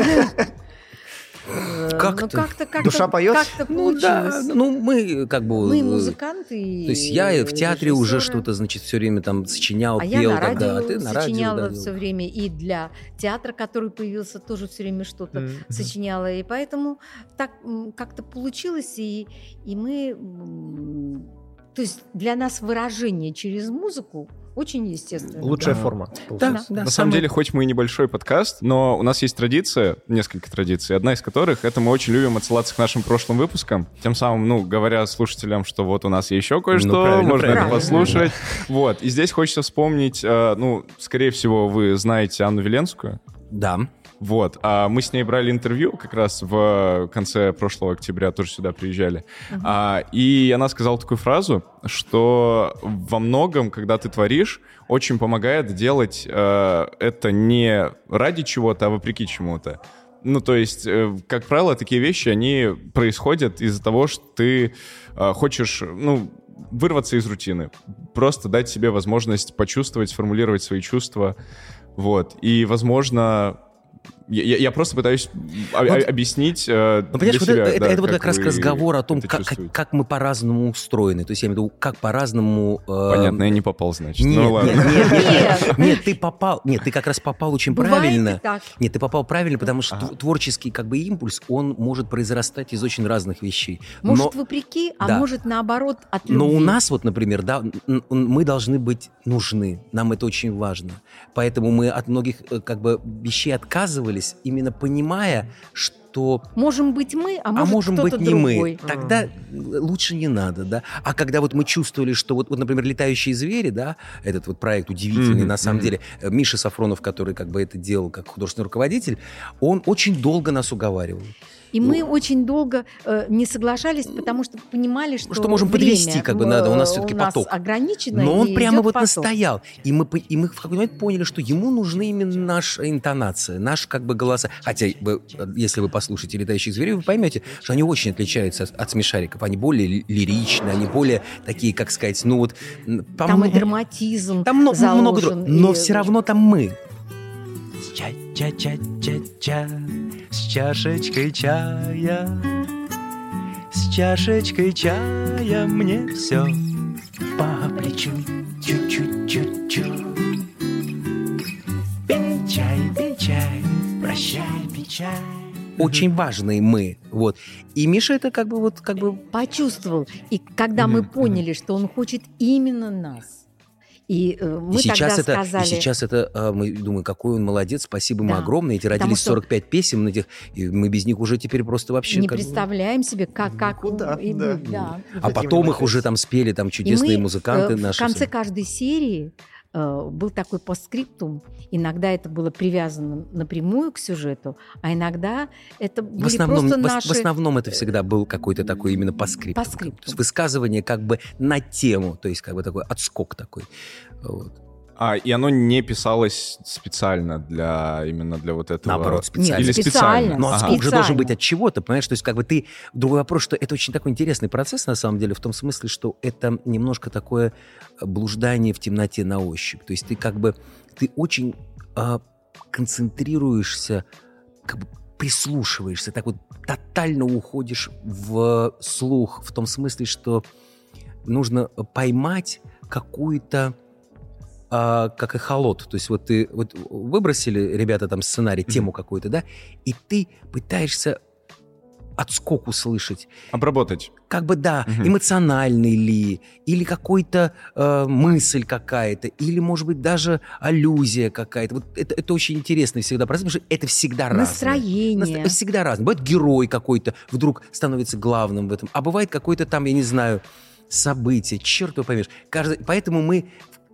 C: Э,
D: Как
C: ну,
D: ты?
C: как-то, как-то,
A: Душа поет?
C: Как-то
D: Ну да,
C: получилось.
D: ну мы как бы...
C: Мы
D: э,
C: музыканты. и
D: То есть я и в театре уже
C: режиссеры.
D: что-то, значит, все время там сочинял,
C: А
D: пел
C: я на
D: тогда,
C: радио
D: а ты на радио,
C: сочиняла
D: да,
C: все время, и для театра, который появился, тоже все время что-то
A: Мгм.
C: сочиняла. И поэтому так м, как-то получилось, и, и мы... м, То есть для нас выражение через музыку очень естественно.
A: Лучшая
D: Да.
A: форма.
D: Да,
A: получилась.
D: да,
B: На самом
D: самое-
B: деле, хоть мы и небольшой подкаст, но у нас есть традиция, несколько традиций, одна из которых — это мы очень любим отсылаться к нашим прошлым выпускам, тем самым, ну, говоря слушателям, что вот у нас еще кое-что,
D: Ну, правильно,
B: можно это
C: правильно.
B: послушать. Вот, и здесь хочется вспомнить, э, ну, скорее всего, вы знаете Анну Веленскую.
D: Да.
B: Вот, а мы с ней брали интервью как раз в конце прошлого октября, тоже сюда приезжали. А, и она сказала такую фразу, что во многом, когда ты творишь, очень помогает делать э, это не ради чего-то, а вопреки чему-то. Ну, то есть, э, как правило, такие вещи, они происходят из-за того, что ты э, хочешь, ну, вырваться из рутины, просто дать себе возможность почувствовать, сформулировать свои чувства, вот. И, возможно, я, я- я просто пытаюсь а-
D: Вот.
B: а- объяснить э,
D: Ну, понимаешь,
B: для
D: вот
B: себя,
D: это,
B: да,
D: это вот как раз
B: вы
D: разговор о том,
B: это
D: как, как,
B: чувствуете.
D: как мы по-разному устроены. То есть я имею в виду, как по-разному... э,
B: Понятно, я не попал, значит.
D: Нет,
B: ну ладно.
D: нет, нет, нет,
C: Нет.
D: нет, ты попал, нет, ты как раз попал очень
C: Бывает
D: правильно.
C: и так.
D: Нет, ты попал правильно, потому что тв- творческий как бы импульс, он может произрастать из очень разных вещей.
C: Может,
D: Но-
C: вопреки, а
D: Да.
C: может, наоборот, от любви.
D: Но у нас вот, например, да, н- н- мы должны быть нужны, нам это очень важно. Поэтому мы от многих э, как бы вещей отказывались, именно понимая, что
C: Можем быть мы, а
D: а
C: может,
D: можем
C: кто-то
D: быть не
C: другой.
D: мы. Тогда лучше не надо, да. А когда вот мы чувствовали, что вот, вот например, «Летающие звери», да, этот вот проект удивительный,
B: Мгм,
D: на самом
B: мгм.
D: деле, э, Миша Сафронов, который как бы это делал как художественный руководитель, он очень долго нас уговаривал.
C: И мы очень долго э, не соглашались, потому что понимали, что,
D: Что можем
C: время,
D: подвести, как бы, надо, у нас всё-таки
C: у нас
D: поток.
C: ограничено.
D: Но он
C: и
D: прямо
C: идет
D: вот
C: поток.
D: настоял. И мы, по- и мы в какой-то момент поняли, что ему нужны именно наша интонация, наш как бы голоса. Хотя, вы, если вы послушаете «Летающих зверей», вы поймете, что они очень отличаются от, от «Смешариков». Они более ли- лиричны, они более такие, как сказать, ну вот... м, по
C: Там и
D: м-
C: драматизм
D: Там много, много
C: заложен,
D: друг- Но
C: и-
D: все равно там мы. Ча-ча-ча-ча-ча, с чашечкой чая, с чашечкой чая мне все по плечу, чуть-чуть-чуть-чуть. Пей чай, пей чай, прощай, печаль. Очень важные мы, вот. И Миша это как бы вот как бы
C: Почувствовал. И когда мы поняли, что он хочет именно нас, и э, мы
D: и сейчас
C: тогда
D: это,
C: сказали...
D: и сейчас это, а, мы думаем, какой он молодец, спасибо ему
C: Да,
D: огромное. Эти
C: потому
D: родились
C: что-
D: сорок пять песен, этих, и мы без них уже теперь просто вообще...
C: не
D: как бы-
C: представляем себе, как, как
A: Никуда,
C: и
A: да.
C: быть, да.
D: А потом их уже там спели там
C: И
D: чудесные
C: мы,
D: музыканты
C: э,
D: наши.
C: В конце
D: все.
C: каждой серии э, был такой постскриптум. Иногда это было привязано напрямую к сюжету, а иногда это были
D: В основном,
C: просто
D: в,
C: наши...
D: в основном это всегда был какой-то такой именно по скрипту.
C: По скрипту.
D: То есть высказывание как бы на тему, то есть как бы такой отскок такой. Вот.
B: А, и оно не писалось специально для именно для вот этого.
D: Наоборот, специально.
B: Или
C: специально.
B: специально.
D: Но
C: Ага.
D: отскок же
C: Специально.
D: должен быть от чего-то, понимаешь? То есть как бы ты... Другой вопрос, что это очень такой интересный процесс на самом деле, в том смысле, что это немножко такое блуждание в темноте на ощупь. То есть ты как бы... Ты очень а, концентрируешься, как бы прислушиваешься, так вот тотально уходишь в слух, в том смысле, что нужно поймать какую-то а, как эхолот. То есть вот ты вот выбросили, ребята, там сценарий, тему какую-то, да, и ты пытаешься отскок услышать.
B: Обработать.
D: Как бы, да,
B: Мгм.
D: эмоциональный ли, или какой-то э, мысль какая-то, или, может быть, даже аллюзия какая-то. Вот это, это очень интересный всегда процесс, потому что это всегда разное.
C: Настроение.
D: Наст- Всегда разное. Бывает, герой какой-то вдруг становится главным в этом, а бывает какой-то там, я не знаю, событие, черт его поймешь. Каждый... Поэтому мы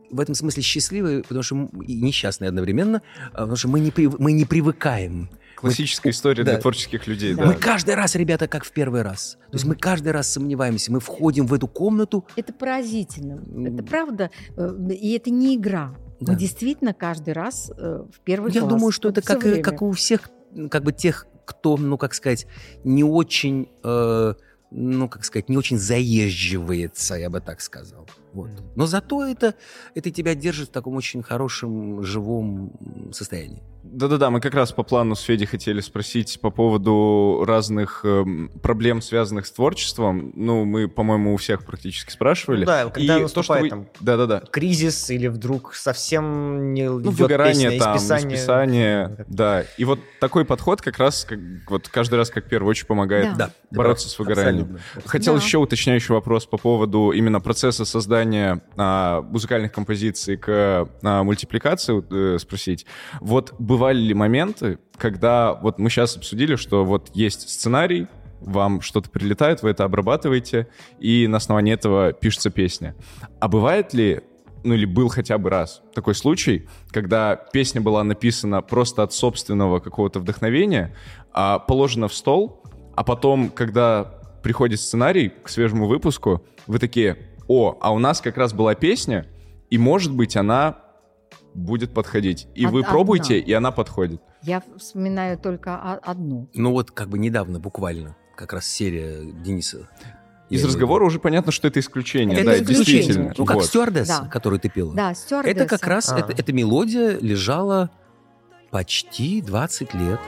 D: в этом смысле счастливы, потому что мы, и несчастные одновременно, потому что мы не, прив- мы не привыкаем.
B: Классическая
D: мы,
B: история
D: да.
B: для творческих людей.
C: Да.
B: Да.
D: Мы каждый раз, ребята, как в первый раз. То есть мы каждый раз сомневаемся, мы входим в эту комнату.
C: Это поразительно.
D: М.
C: Это правда. э, И это не игра.
D: Да.
C: Мы действительно каждый раз э, в первый
D: Я
C: класс.
D: думаю, что это
C: всё
D: как, и-
C: время.
D: как у всех, как бы тех, кто, ну, как сказать, не очень, э, ну, как сказать, не очень заезживается, я бы так сказал. Вот. Но зато это, это тебя держит в таком очень хорошем, живом состоянии.
B: Да-да-да, мы как раз по плану с Федей хотели спросить по поводу разных эм, проблем, связанных с творчеством. Ну, мы, по-моему, у всех практически спрашивали.
A: Ну да, когда
B: И
A: наступает
B: то, что вы...
A: там
B: Да-да-да.
A: кризис или вдруг совсем не
B: Ну,
A: идет
B: выгорание
A: песня,
B: там,
A: исписание.
B: исписание, да. И вот такой подход как раз, как, вот каждый раз, как первый, очень помогает
C: Да.
D: Да,
B: бороться с выгоранием.
A: Абсолютно.
B: Хотел
C: Да.
B: еще уточняющий вопрос по поводу именно процесса создания а, музыкальных композиций к а, мультипликации э, спросить. Вот бывали ли моменты, когда вот мы сейчас обсудили, что вот есть сценарий, вам что-то прилетает, вы это обрабатываете, и на основании этого пишется песня. А бывает ли, ну или был хотя бы раз такой случай, когда песня была написана просто от собственного какого-то вдохновения, а положена в стол, а потом, когда приходит сценарий к свежему выпуску, вы такие: о, а у нас как раз была песня, и, может быть, она будет подходить. И
C: Од-
B: вы пробуйте,
C: одна.
B: и она подходит.
C: Я вспоминаю только о- одну.
D: Ну вот как бы недавно, буквально, как раз серия Дениса.
B: Из
D: Я
B: разговора уже понятно, что это исключение.
C: Это
B: да,
C: исключение.
B: действительно.
D: Ну как
B: Вот.
D: стюардесса,
C: Да.
D: которую ты пела.
C: Да, стюардесса.
D: Это как раз,
A: А.
D: это, эта мелодия лежала почти двадцать лет.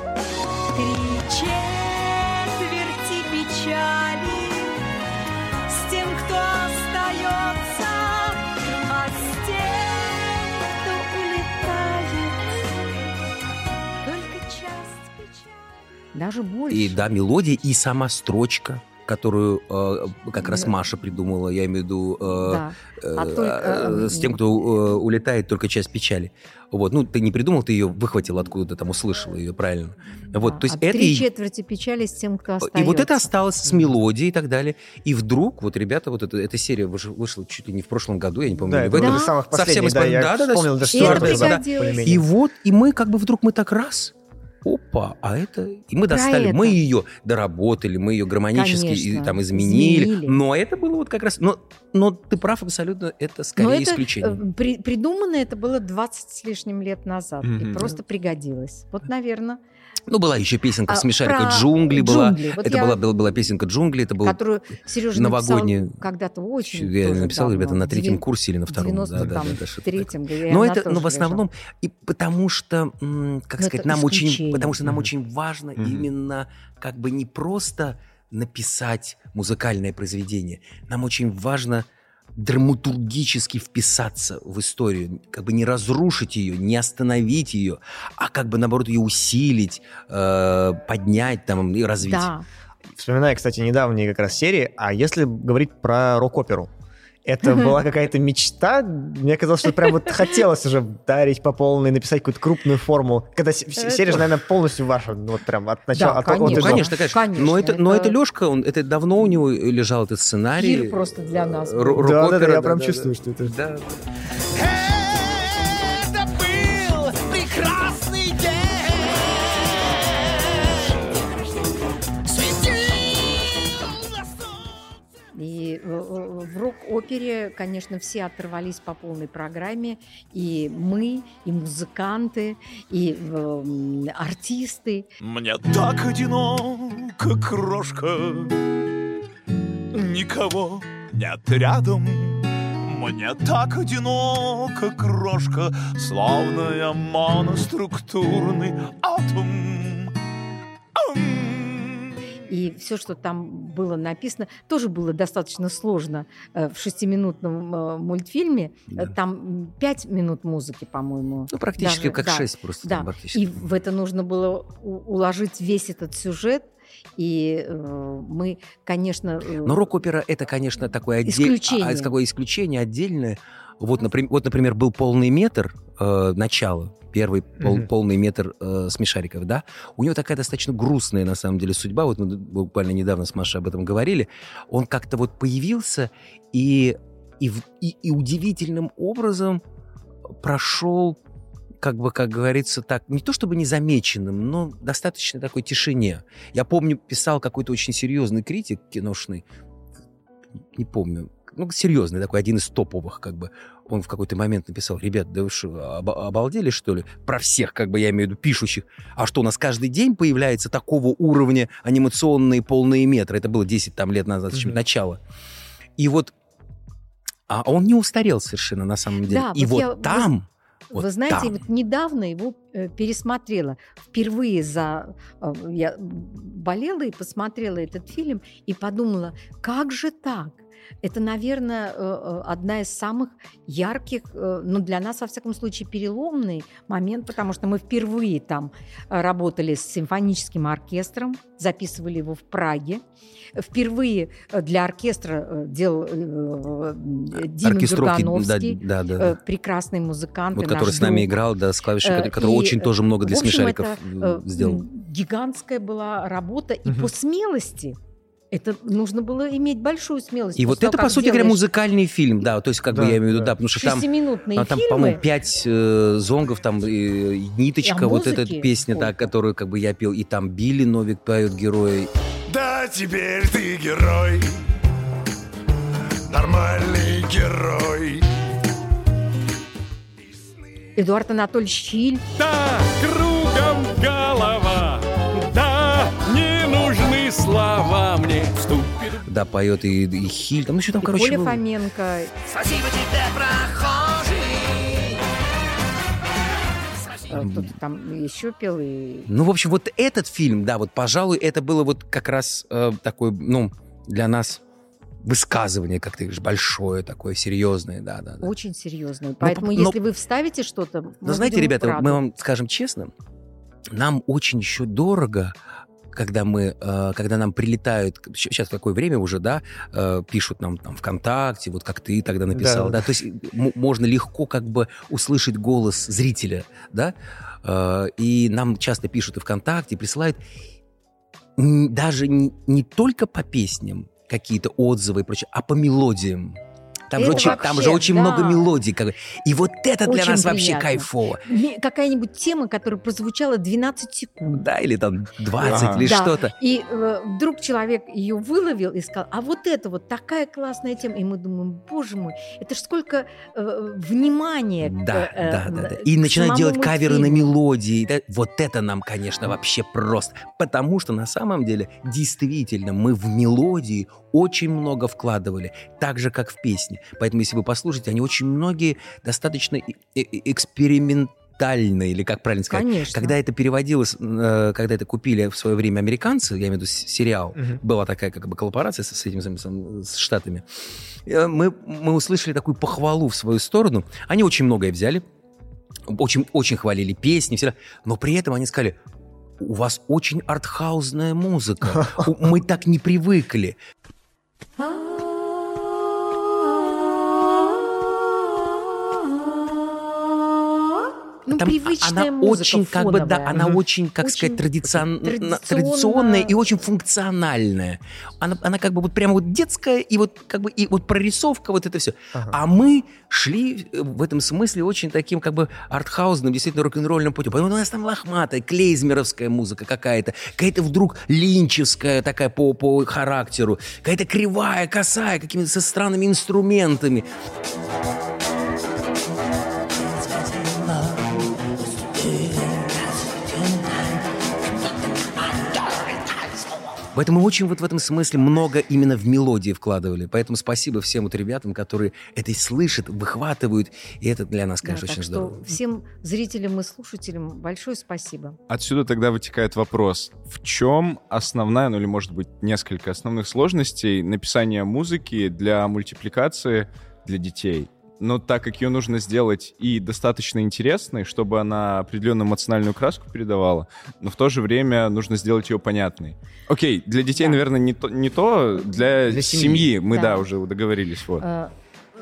H: Три четверти печали с тем, кто остается, а с тем, кто улетает, только часть печали.
C: Даже больше.
D: И да, мелодия, и сама строчка, которую э, как раз
C: Да.
D: Маша придумала, я имею в виду, э,
C: Да.
D: э,
C: А только,
D: э,
C: э,
D: с тем, кто э, улетает, только часть печали. Вот, ну, ты не придумал, ты ее выхватил откуда-то, там услышал ее, правильно. Вот,
C: Да.
D: то есть
C: а
D: это
C: три
D: и-
C: четверти печали с тем, кто остается.
D: И вот это осталось с мелодией и так далее. И вдруг, вот, ребята, вот эта, эта серия выш- вышла чуть ли не в прошлом году, я не помню,
A: Да,
D: или
A: это
D: в этом.
A: было из самых
D: Совсем
A: последних,
D: из
A: да,
D: пос-
A: я
D: да-да-да,
A: вспомнил даже
C: И это
A: стюардессу, да,
C: пригодилось.
A: более-менее.
D: И вот, и мы как бы вдруг мы так раз, опа, а это... И мы
C: Про
D: достали,
C: это.
D: мы ее доработали, мы ее гармонически и,
C: Конечно,
D: там изменили,
C: изменили.
D: но это было вот как раз... Но, но ты прав абсолютно, это скорее
C: Но это,
D: исключение.
C: э, при- придумано это было двадцать с лишним лет назад.
B: Мгм.
C: И просто пригодилось. Вот, наверное.
D: Ну, была еще песенка
C: А,
D: «Смешариков
C: про
D: джунгли» была.
C: «Джунгли». Вот
D: это
C: я-
D: была, была, была песенка «Джунгли», это был...
C: Которую Сережа
D: новогоднюю-
C: написал когда-то очень
D: Я
C: тоже
D: написал,
C: давно,
D: ребята, на
C: в
D: третьем
C: девя-
D: курсе или на
C: в
D: втором.
C: девяносто
D: да, да,
C: там
D: да, да, что-то
C: третьем, где
D: Но
C: она
D: это,
C: тоже
D: но в основном, и потому что, м, как
C: Но
D: сказать,
C: это
D: нам очень,
C: исключение.
D: потому что нам
A: Мгм.
D: очень важно
B: Мгм.
D: именно как бы не просто написать музыкальное произведение, нам очень важно драматургически вписаться в историю, как бы не разрушить ее, не остановить ее, а как бы наоборот ее усилить, э, поднять там и развить.
C: Да.
A: Вспоминаю, кстати, недавние как раз серии. А если говорить про рок-оперу? Это была какая-то мечта. Мне казалось, что прям вот хотелось уже дарить по полной, написать какую-то крупную форму. Когда се-
C: Это-
A: серия же, наверное, полностью ваша. Ну, вот прям от начала.
C: Да,
A: от, от и
D: Ну,
A: до.
D: конечно, конечно.
C: Конечно,
D: но это, но
C: это-
D: это Лешка, он, это давно у него лежал этот сценарий.
C: Пир просто для нас.
D: Ро-
C: был.
A: Да, да, да,
D: рок-опера,
A: я прям
D: да,
A: чувствую,
D: да.
A: что это...
D: Да.
F: Это был прекрасный день. Светил на солнце.
C: И э, э, в рок-опере, конечно, все оторвались по полной программе. И мы, и музыканты, и э, м, артисты.
F: Мне так одиноко, крошка, никого нет рядом. Мне так одиноко, крошка, словно я моноструктурный атом. Ам.
C: И все, что там было написано, тоже было достаточно сложно э, в шестиминутном э, мультфильме.
D: Да.
C: Э, Там м, пять минут музыки, по-моему.
D: Ну, практически
C: Даже,
D: как
C: да,
D: шесть просто.
C: Да,
D: там практически.
C: и в это нужно было у- уложить весь этот сюжет. И э, мы, конечно... э,
D: Но рок-опера это, конечно, такое отдельное...
C: Исключение.
D: какое исключение отдельное. Вот, например, вот, например, был полный метр э, начала, первый пол-
A: Мгм.
D: полный метр э, «Смешариков», да? У него такая достаточно грустная, на самом деле, судьба. Вот мы буквально недавно с Машей об этом говорили. Он как-то вот появился, и и, в- и, и удивительным образом прошел, как бы, как говорится, так, не то чтобы незамеченным, но достаточно такой тишине. Я помню, писал какой-то очень серьезный критик киношный, не помню, ну, серьезный такой, один из топовых, как бы, он в какой-то момент написал: ребят, да вы что, об- обалдели, что ли? Про всех, как бы, я имею в виду, пишущих. А что, у нас каждый день появляется такого уровня анимационные полные метры? Это было десять там, лет назад, mm-hmm. начало. И вот, а он не устарел совершенно, на самом деле.
C: Да,
D: и
C: вот
D: вот
C: я-
D: там...
C: Вы
D: вот
C: знаете,
D: там.
C: вот недавно его э, пересмотрела. Впервые за... э, я болела и посмотрела этот фильм и подумала, как же так? Это, наверное, э, э, одна из самых ярких, э, ну, для нас, во всяком случае, переломный момент, потому что мы впервые там э, работали с симфоническим оркестром, записывали его в Праге. Впервые э, для оркестра э, делал э, Дима
D: Оркестровки,
C: Джугановский,
D: да, да, да.
C: э, прекрасный музыкант.
D: Вот,
C: и
D: который
C: наш
D: с нами
C: друг.
D: играл, да, с клавишей,
C: Э,
D: который, который
C: и,
D: очень
C: э,
D: тоже много для
C: в общем,
D: смешариков
C: это,
D: э,
C: э,
D: сделал.
C: м, Гигантская была работа, и
A: Мгм.
C: по смелости. Это нужно было иметь большую смелость.
D: И
C: после
D: вот
C: того,
D: это,
C: как
D: по сути говоря,
C: делаешь
D: музыкальный фильм, да, то есть, как бы
A: Да,
D: я имею в виду,
A: да.
D: да, потому что там,
C: шестиминутные
D: а там,
C: фильмы.
D: по-моему, пять э, зонгов, там э, и «Ниточка»,
C: А
D: вот эта
C: музыки
D: песня, да,
C: сколько?
D: которую как бы я пел, и там Билли Новик поет героя.
I: Да, теперь ты герой, нормальный герой.
C: Эдуард Анатольевич Хиль.
B: Да, кругом голова, да, не нужны слова мне. Вступит.
D: Да, поет и, и Хиль, там, ну, еще там,
C: И
D: короче...
C: Коля
D: ну,
C: Фоменко.
G: Спасибо тебе, прохожий.
C: э, Кто-то там еще пел. И...
D: Ну, в общем, вот этот фильм, да, вот, пожалуй, это было вот как раз э, такой, ну, для нас высказывание, как ты говоришь, большое такое, серьезное, да, да, да.
C: Очень серьезно. Поэтому,
D: но-
C: если вы вставите что-то, мы
D: Но знаете,
C: будем
D: ребята,
C: рады.
D: мы вам скажем честно, нам очень еще дорого, когда мы, э, когда нам прилетают, сейчас такое время уже, да, э, пишут нам там ВКонтакте, вот как ты тогда написал,
A: Да.
D: да, то есть м- можно легко как бы услышать голос зрителя, да, э, и нам часто пишут и ВКонтакте, присылают м, даже не, не только по песням какие-то отзывы и прочее, а по мелодиям. Там, же
C: Это
D: очень,
C: вообще,
D: там же очень
C: да.
D: много мелодий. как бы. И вот это для
C: Очень
D: нас вообще
C: приятно.
D: кайфово.
C: Ме- Какая-нибудь тема, которая прозвучала двенадцать секунд.
D: Да, или там двадцать,
A: Ага.
D: или
C: Да.
D: что-то.
C: И э, вдруг человек ее выловил и сказал, а вот это вот такая классная тема. И мы думаем, боже мой, это ж сколько э, внимания. к,
D: Да,
C: э,
D: да, да,
C: э,
D: да. И
C: к
D: начинают
C: самому
D: делать каверы на
C: мультфильму.
D: мелодии. Да, вот это нам, конечно, вообще просто. Потому что на самом деле, действительно, мы в мелодии очень много вкладывали. Так же, как в песни. Поэтому, если вы послушаете, они очень многие достаточно э- э- экспериментальные, или как правильно сказать.
C: Конечно.
D: Когда это переводилось, э, когда это купили в свое время американцы, я имею в виду с- сериал,
A: Мгм.
D: была такая как бы коллаборация с, с этим самым- самым, с Штатами, э, мы, мы услышали такую похвалу в свою сторону. Они очень многое взяли, очень, очень хвалили песни, все, но при этом они сказали, у вас очень артхаусная музыка, У- мы так не привыкли.
C: Ну,
D: Там
C: привычная
D: она
C: музыка
D: очень, как бы, да,
C: фоновая.
D: она
A: Мгм.
D: очень, как
C: Очень
D: сказать, традицион-
C: традиционно.
D: традиционная и очень функциональная. Она, она как бы вот прямо вот детская, и вот как бы и вот прорисовка, вот это все.
A: Ага.
D: А мы шли в этом смысле очень таким как бы артхаусным, действительно рок-н-ролльным путем. Потому что у нас там лохматая, клейзмеровская музыка какая-то, какая-то вдруг линчевская такая по, по характеру, какая-то кривая, косая, какими-то со странными инструментами. Поэтому мы очень вот в этом смысле много именно в мелодии вкладывали. Поэтому спасибо всем вот ребятам, которые это слышат, выхватывают. И это для нас,
C: Да,
D: конечно,
C: так
D: очень
C: что
D: здорово.
C: всем зрителям и слушателям большое спасибо.
B: Отсюда тогда вытекает вопрос, в чем основная, ну или может быть несколько основных сложностей написания музыки для мультипликации для детей? Но так как ее нужно сделать и достаточно интересной, чтобы она определенную эмоциональную краску передавала, но в то же время нужно сделать ее понятной. Окей, для детей,
C: Да.
B: наверное, не то, не то для,
A: Для
B: семьи.
A: семьи.
B: Мы, да.
C: Да.
B: уже договорились. Вот.
C: Э,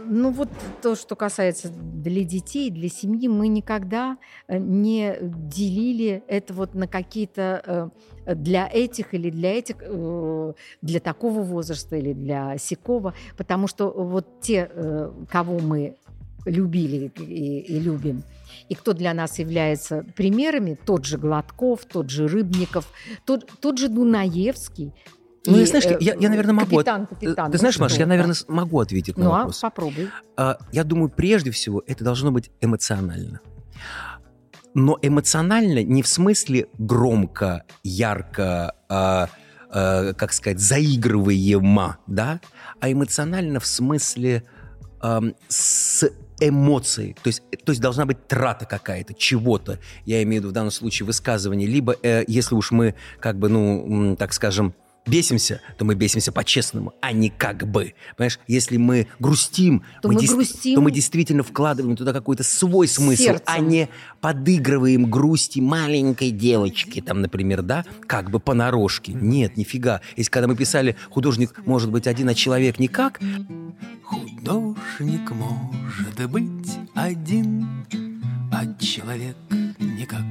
C: Ну вот то, что касается для детей, для семьи, мы никогда не делили это вот на какие-то для этих или для этих, для такого возраста или для сякого, потому что вот те, кого мы любили и, и любим, и кто для нас является примерами, тот же Гладков, тот же Рыбников, тот, тот же Дунаевский.
D: Ну,
C: и,
D: я, знаешь, я, я, наверное, могу...
C: Капитан, капитан,
D: ты знаешь,
C: ну,
D: Маша, я, наверное, могу ответить на
C: ну,
D: вопрос.
C: Ну, а попробуй.
D: А, я думаю, прежде всего, это должно быть эмоционально. Но эмоционально не в смысле громко, ярко, а, а, как сказать, заигрываемо, да? А эмоционально в смысле а, с эмоцией. То есть, то есть должна быть трата какая-то, чего-то. Я имею в виду в данном случае высказывание. Либо, э, если уж мы, как бы, ну, так скажем, бесимся, то мы бесимся по-честному, а не как бы. Понимаешь, если мы грустим,
C: то
D: мы,
C: мы,
D: дес...
C: грустим...
D: то мы действительно вкладываем туда какой-то свой смысл,
C: сердцем.
D: А не подыгрываем грусти маленькой девочки, там, например, да, как бы понарошке. Нет, нифига. Если когда мы писали «Художник может быть один, а человек никак»,
J: художник может быть один, а человек никак.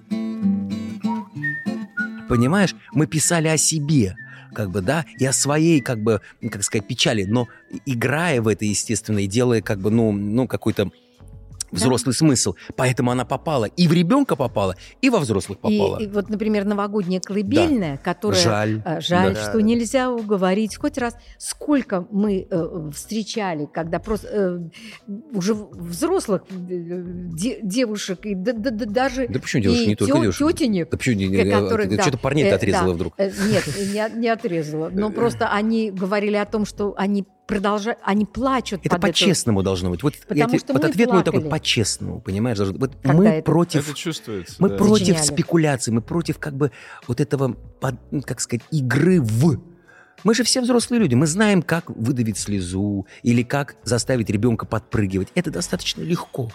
D: Понимаешь, мы писали о себе, как бы, да, и о своей, как бы, как сказать, печали, но играя в это, естественно, и делая, как бы, ну, ну какой-то взрослый да. смысл. Поэтому она попала и в ребенка попала, и во взрослых попала.
C: И, и вот, например, новогодняя колыбельная, да. которая...
D: Жаль.
C: Э, жаль,
D: да.
C: что нельзя уговорить. Хоть раз, сколько мы э, встречали, когда просто э, уже взрослых де, девушек, и да, да, да, даже
D: да почему девушек, не только девушек?
C: Тетенек.
D: Да почему не, которых, да, что-то парней-то э, отрезала
C: да,
D: вдруг?
C: Э, нет, не, не отрезала. Но просто они говорили о том, что они продолжают, они плачут.
D: Это по-честному это. Должно быть. Вот,
C: Потому
D: я,
C: что
D: вот
C: мы
D: ответ
C: плакали.
D: мой такой по-честному, понимаешь? Вот
C: Когда
D: мы
C: это?
D: против,
B: это чувствуется,
D: мы
B: да.
D: против
C: Сочиняли.
D: спекуляций, мы против как бы вот этого, как сказать, игры в. Мы же все взрослые люди, мы знаем, как выдавить слезу или как заставить ребенка подпрыгивать. Это достаточно легко.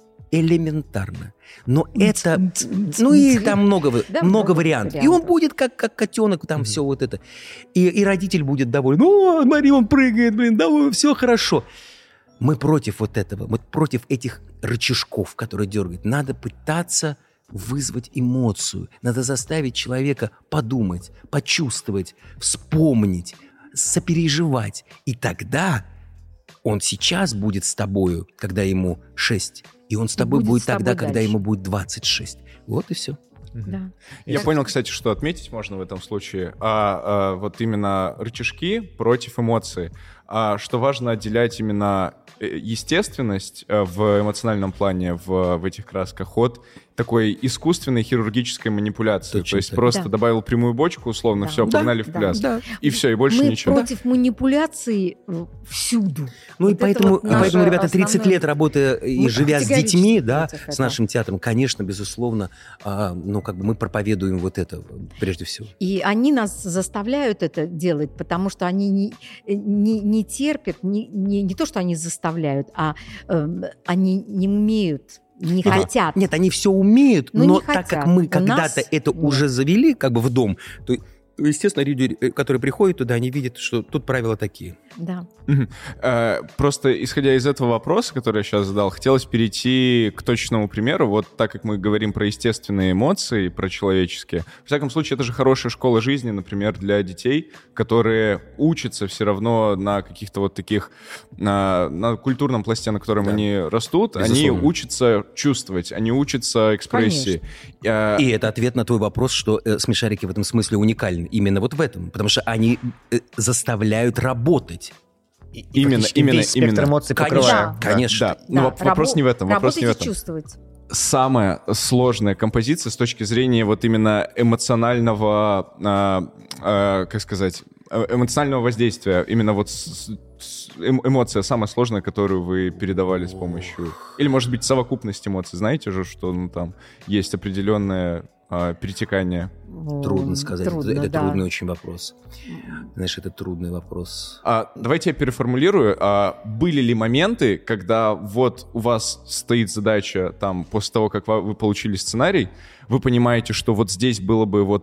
D: Элементарно. Но это... Ну и там много,
C: да,
D: много вариантов. вариантов. И он будет как, как котенок, там mm-hmm. все вот это. И, и родитель будет доволен. Ну, смотри, он прыгает, блин, да, все хорошо. Мы против вот этого. Мы против этих рычажков, которые дергают. Надо пытаться вызвать эмоцию. Надо заставить человека подумать, почувствовать, вспомнить, сопереживать. И тогда он сейчас будет с тобою, когда ему шесть. И он с тобой будет, будет тогда, когда дальше. Ему будет двадцать шесть. Вот и все.
C: Да.
B: Я так. понял, кстати, что отметить можно в этом случае. А, а, вот именно рычажки против эмоций. А, что важно отделять именно естественность в эмоциональном плане в, в этих красках от такой искусственной хирургической манипуляции. Точно. То есть так. просто да. добавил прямую бочку, условно, да. все,
C: да.
B: погнали
C: да.
B: в пляс.
C: Да.
B: И все, и больше
C: Мы
B: ничего.
C: Мы против манипуляций всюду.
D: Ну вот и, поэтому, вот и поэтому, ребята, тридцать лет работая и живя с детьми, да, с нашим театром, конечно, безусловно, а, ну, как бы мы проповедуем вот это прежде всего.
C: И они нас заставляют это делать, потому что они не, не, не терпят, не, не, не то, что они заставляют, а э, они не умеют. Не
D: нет,
C: хотят.
D: Нет, они все умеют, но, но так
C: хотят.
D: как мы
C: У
D: когда-то
C: нас...
D: это нет. уже завели, как бы в дом, то, естественно, люди, которые приходят туда, они видят, что тут правила такие.
C: Да.
B: Просто исходя из этого вопроса, который я сейчас задал, хотелось перейти к точному примеру. Вот так как мы говорим про естественные эмоции, про человеческие, в всяком случае, это же хорошая школа жизни, например, для детей, которые учатся все равно на каких-то вот таких, на, на культурном пласте, на котором да. они растут, безусловно. Они учатся чувствовать, они учатся экспрессии.
D: А... И это ответ на твой вопрос, что э, смешарики в этом смысле уникальны. Именно вот в этом. Потому что они э, заставляют работать.
A: И,
B: именно,
A: и
B: именно,
A: весь спектр
B: именно.
A: эмоций
D: покрывают.
A: Да.
D: Конечно.
B: Да. Но да. вопрос Рабо- не в этом. Вопрос не в этом.
C: Чувствовать.
B: Самая сложная композиция с точки зрения вот именно эмоционального, э, э, как сказать, эмоционального воздействия. Именно вот с, с, эмоция самая сложная, которую вы передавали с помощью... Или, может быть, совокупность эмоций. Знаете же, что ну, там есть определенное э, перетекание?
D: Трудно сказать.
C: Трудно,
D: это это
C: да.
D: трудный очень вопрос. Знаешь, это трудный вопрос.
B: А, давайте я переформулирую. А, были ли моменты, когда вот у вас стоит задача, там, после того, как вы получили сценарий, вы понимаете, что вот здесь было бы вот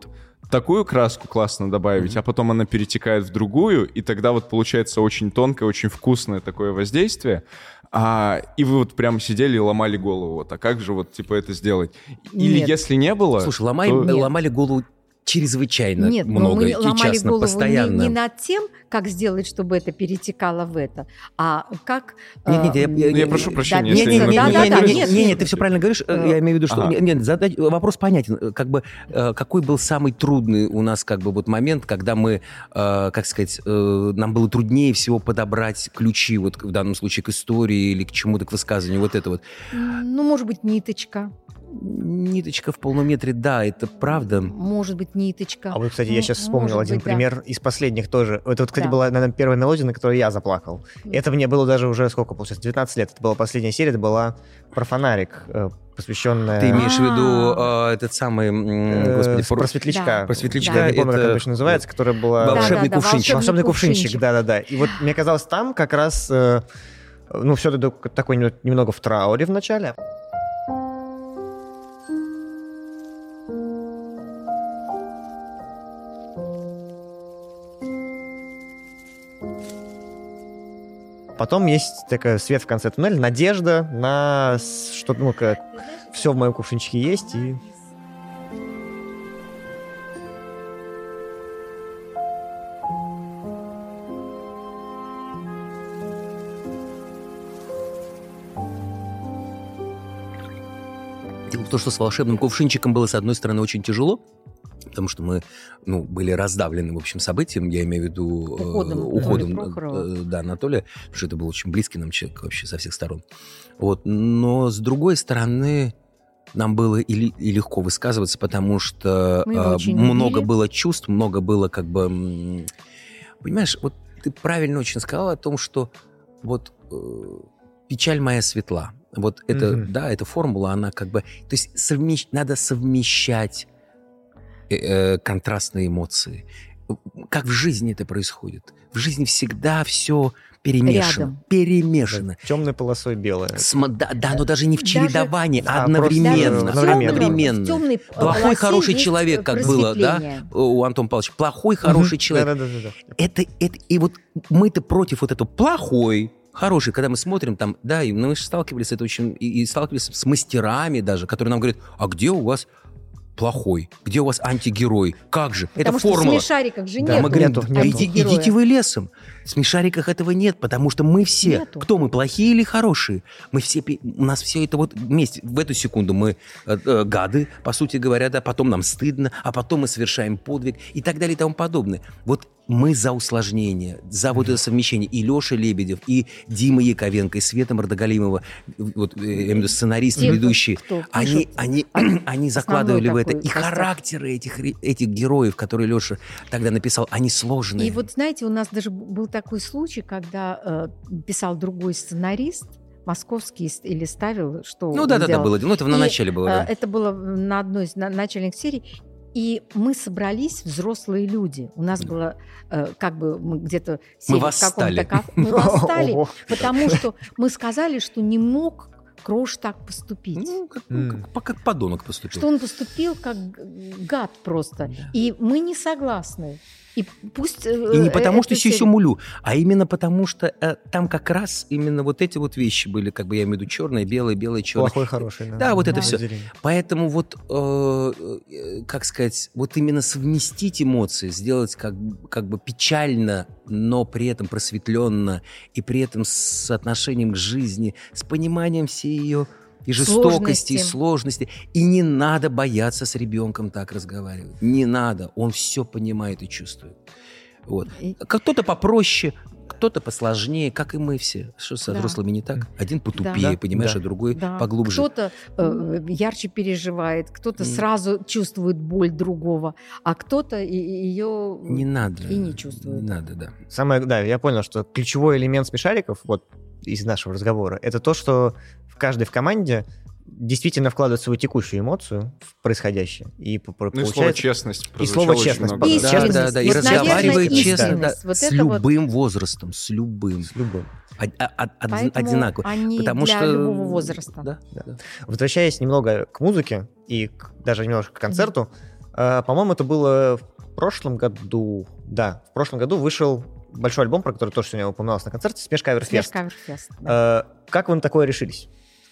B: такую краску классно добавить, mm-hmm. а потом она перетекает в другую, и тогда вот получается очень тонкое, очень вкусное такое воздействие. А, и вы вот прямо сидели и ломали голову. Вот, а как же вот типа это сделать? Или
C: Нет.
B: если не было...
D: Слушай, ломали,
B: то...
D: ломали голову чрезвычайно
C: Нет,
D: много
C: но мы
D: и
C: ломали
D: часто,
C: голову
D: постоянно.
C: Не, не над тем, как сделать, чтобы это перетекало в это, а как...
D: Нет, нет, я, я,
B: я прошу прощения,
C: если
D: нет, нет,
C: я
D: нет,
C: да,
D: нет,
C: да,
D: нет,
C: нет,
D: нет, нет, ты все правильно говоришь. Я имею в виду, что
B: Ага.
D: нет, задать, вопрос понятен. Как бы какой был самый трудный у нас как бы вот момент, когда мы, как сказать, нам было труднее всего подобрать ключи вот в данном случае к истории или к чему-то, к высказыванию, вот это вот.
C: Ну, может быть, ниточка.
D: Ниточка в полном метре, да, это правда.
C: Может быть, ниточка.
A: А вот, кстати,
C: Ну,
A: я сейчас вспомнил
C: может
A: один
C: быть, да.
A: пример из последних тоже. Это вот, кстати,
C: Да.
A: была, наверное, первая мелодия, на которой я заплакал.
C: Мгм.
A: Это мне было даже уже, сколько, получается, девятнадцать лет. Это была последняя серия, это была про фонарик, э, посвященная...
D: Ты имеешь в виду
C: А.
D: э, этот самый, м,
A: э,
D: господи,
A: про
D: про-
A: светлячка.
C: Да.
D: Про светлячка,
A: Я не помню, как
D: это-
A: она точно называется, которая была...
D: Волшебный
C: Да, да, да,
D: кувшинчик.
A: Волшебный кувшинчик,
C: кувшинчик.
A: да-да-да. И вот мне казалось, там как раз, э, ну, все такой немного- немного в трауре в начале. Потом есть такой свет в конце туннеля, надежда на с- что, ну, как все в моем кувшинчике есть, и
D: Дело в том, что с волшебным кувшинчиком было, с одной стороны, очень тяжело, потому что мы, ну, были раздавлены, в общем, событием, я имею в виду э,
C: Уходом
D: уходом
C: Анатолия Прохорова.
D: э, да, Анатолия, потому что это был очень близкий нам человек вообще со всех сторон. Вот. Но, с другой стороны, нам было и, ли- и легко высказываться, потому что
C: Мы его
D: э,
C: очень
D: много
C: любили.
D: было чувств, много было как бы... м, Понимаешь, вот ты правильно очень сказала о том, что вот э, печаль моя светла. Вот это,
A: Мгм.
D: да, эта формула, она как бы... То есть совмещ- надо совмещать э, э, контрастные эмоции. Как в жизни это происходит? В жизни всегда все перемешано.
C: Рядом.
D: Перемешано.
A: темной полосой белое.
D: Сма- да, да, но даже не в
C: Даже-
D: чередовании,
A: Да,
D: а одновременно.
A: просто одновременно.
D: одновременно.
C: В темной
D: Плохой,
C: полосе
D: хороший
C: есть
D: человек, как было, да,
C: просветление.
D: у Антона Павловича. Плохой, хороший
A: Мгм.
D: человек.
A: Да-да-да-да.
D: Это, это, и вот мы-то против вот этого плохой, хороший, когда мы смотрим там, да, и мы же сталкивались с это очень, и, и сталкивались с мастерами даже, которые нам говорят, а где у вас плохой, где у вас антигерой, как же, это
C: Потому что
D: формула.
C: в смешариках же
A: Да,
C: нет
D: мы говорим,
A: нету,
D: да
A: нету.
D: иди- идите вы лесом. В смешариках этого нет, потому что мы все,
C: Нету.
D: кто мы, плохие или хорошие? Мы все, пе- у нас все это вот вместе. В эту секунду мы э, э, гады, по сути говоря, да, потом нам стыдно, а потом мы совершаем подвиг и так далее и тому подобное. Вот мы за усложнение, за вот это совмещение. И Леша Лебедев, и Дима Яковенко, и Света Мордогалимова, вот, э, я имею в виду сценаристы,
C: Те,
D: ведущие,
C: кто
D: они,
C: пишут
D: они, они закладывали в это.
C: такой
D: И
C: состав.
D: характеры этих, ре- этих героев, которые Леша тогда написал, они сложные.
C: И вот, знаете, у нас даже был такой случай, когда э, писал другой сценарист, московский, с- или ставил, что
D: Ну
C: он
D: да-да-да,
C: делал.
D: было. Ну это на
C: И,
D: начале было,
C: э,
D: да.
C: Это было на одной из на- начальных серий. И мы собрались, взрослые люди. У нас
D: Да.
C: было, э, как бы, мы где-то
D: Мы
C: сели в
D: восстали.
C: каком-то кафе. Мы восстали,
A: Ого.
C: потому что мы сказали, что не мог Крош так поступить.
D: Ну, как,
A: М.
D: как- как подонок поступил.
C: Что он поступил как г- гад просто.
D: Да.
C: И мы не согласны. И пусть... э,
D: И не потому, что
C: эта серия-
D: сюсю-мулю, а именно потому, что э, там как раз именно вот эти вот вещи были, как бы я имею в виду черное, белое, белое, черное.
A: Плохой, хороший.
D: Да, вот это
C: Да.
D: все.
A: Разделение.
D: Поэтому вот, э, э, как сказать, вот именно совместить эмоции, сделать как, как бы печально, но при этом просветленно, и при этом с отношением к жизни, с пониманием всей ее и жестокости, и
C: Сложности.
D: сложности. И не надо бояться с ребенком так разговаривать. Не надо. Он все понимает и чувствует. Вот.
C: И-
D: Кто-то попроще, кто-то посложнее, как и мы все. Что со
C: Да.
D: взрослыми не так? Один потупее,
A: Да.
D: понимаешь,
A: Да.
D: а другой
C: Да.
D: поглубже.
C: Кто-то э, ярче переживает, кто-то
D: М.
C: сразу чувствует боль другого, а кто-то ее...
D: Не надо.
C: И не чувствует.
D: Не надо, да.
A: Самое, да, я понял, что ключевой элемент смешариков, вот из нашего разговора, это то, что в каждой в команде действительно вкладывает свою текущую эмоцию в происходящее. И по- по-
B: Ну и слово
A: получается...
B: честность
A: И слово
B: прозвучало очень
A: честность,
B: много.
C: И
A: да.
C: честность.
D: Да, да, да. И
C: Вот, наверное,
D: разговаривает честно да,
C: искренность. Вот
D: с
C: это вот.
D: любым возрастом, с любым.
A: С любым.
D: Од- од- од-
C: Поэтому
D: одинаково.
C: они
D: Потому
C: для
D: что...
C: любого возраста.
D: Да,
A: Да.
D: да.
A: Возвращаясь немного к музыке и к- даже немножко к концерту, Э, по-моему, это было в прошлом году. Да, в прошлом году вышел большой альбом, про который тоже сегодня упоминалось на концерте, «Смеш Каверфест».
C: «Смеш Каверфест», да.
A: Э, как вы на такое решились?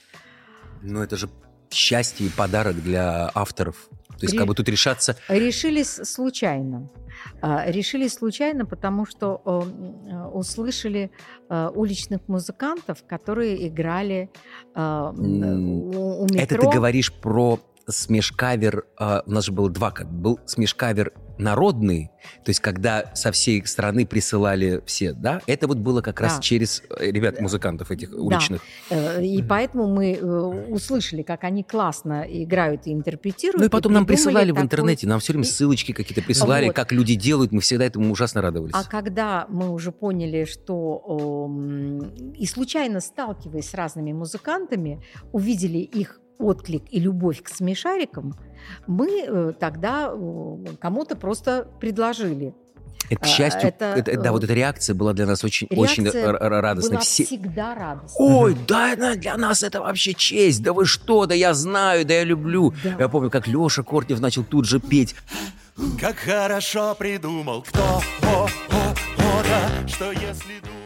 D: Ну, это же счастье и подарок для авторов. То есть,
C: Ре-
D: как бы тут решаться...
C: Решились случайно. А, Решились случайно, потому что э, услышали э, уличных музыкантов, которые играли э,
D: М,
C: у, у метро.
D: Это ты говоришь про смеш-кавер, а, у нас же было два, как был смеш-кавер народный, то есть когда со всей страны присылали все, да, это вот было как раз
C: Да.
D: через э, ребят-музыкантов этих уличных.
C: Да. Э, И поэтому мы э, услышали, как они классно играют и интерпретируют.
D: Ну и потом нам
C: придумали
D: присылали в
C: такой-
D: интернете, нам все время ссылочки какие-то присылали,
C: Вот.
D: как люди делают, мы всегда этому ужасно радовались.
C: А когда мы уже поняли, что эм, и случайно сталкиваясь с разными музыкантами, увидели их отклик и любовь к смешарикам, мы э, тогда э, кому-то просто предложили.
D: Это, к
C: А,
D: счастью,
C: это,
D: это- да,
C: э,
D: вот эта реакция была для нас очень, очень
C: Реакция
D: р- р- радостной.
C: была
D: Все-
C: всегда радостной.
D: Ой, да, да, для нас это вообще честь, да вы что, да я знаю, да я люблю.
C: Да.
D: Я помню, как Леша Кортнев начал тут же петь.
I: Как хорошо придумал кто, о, о, о, да, что если думать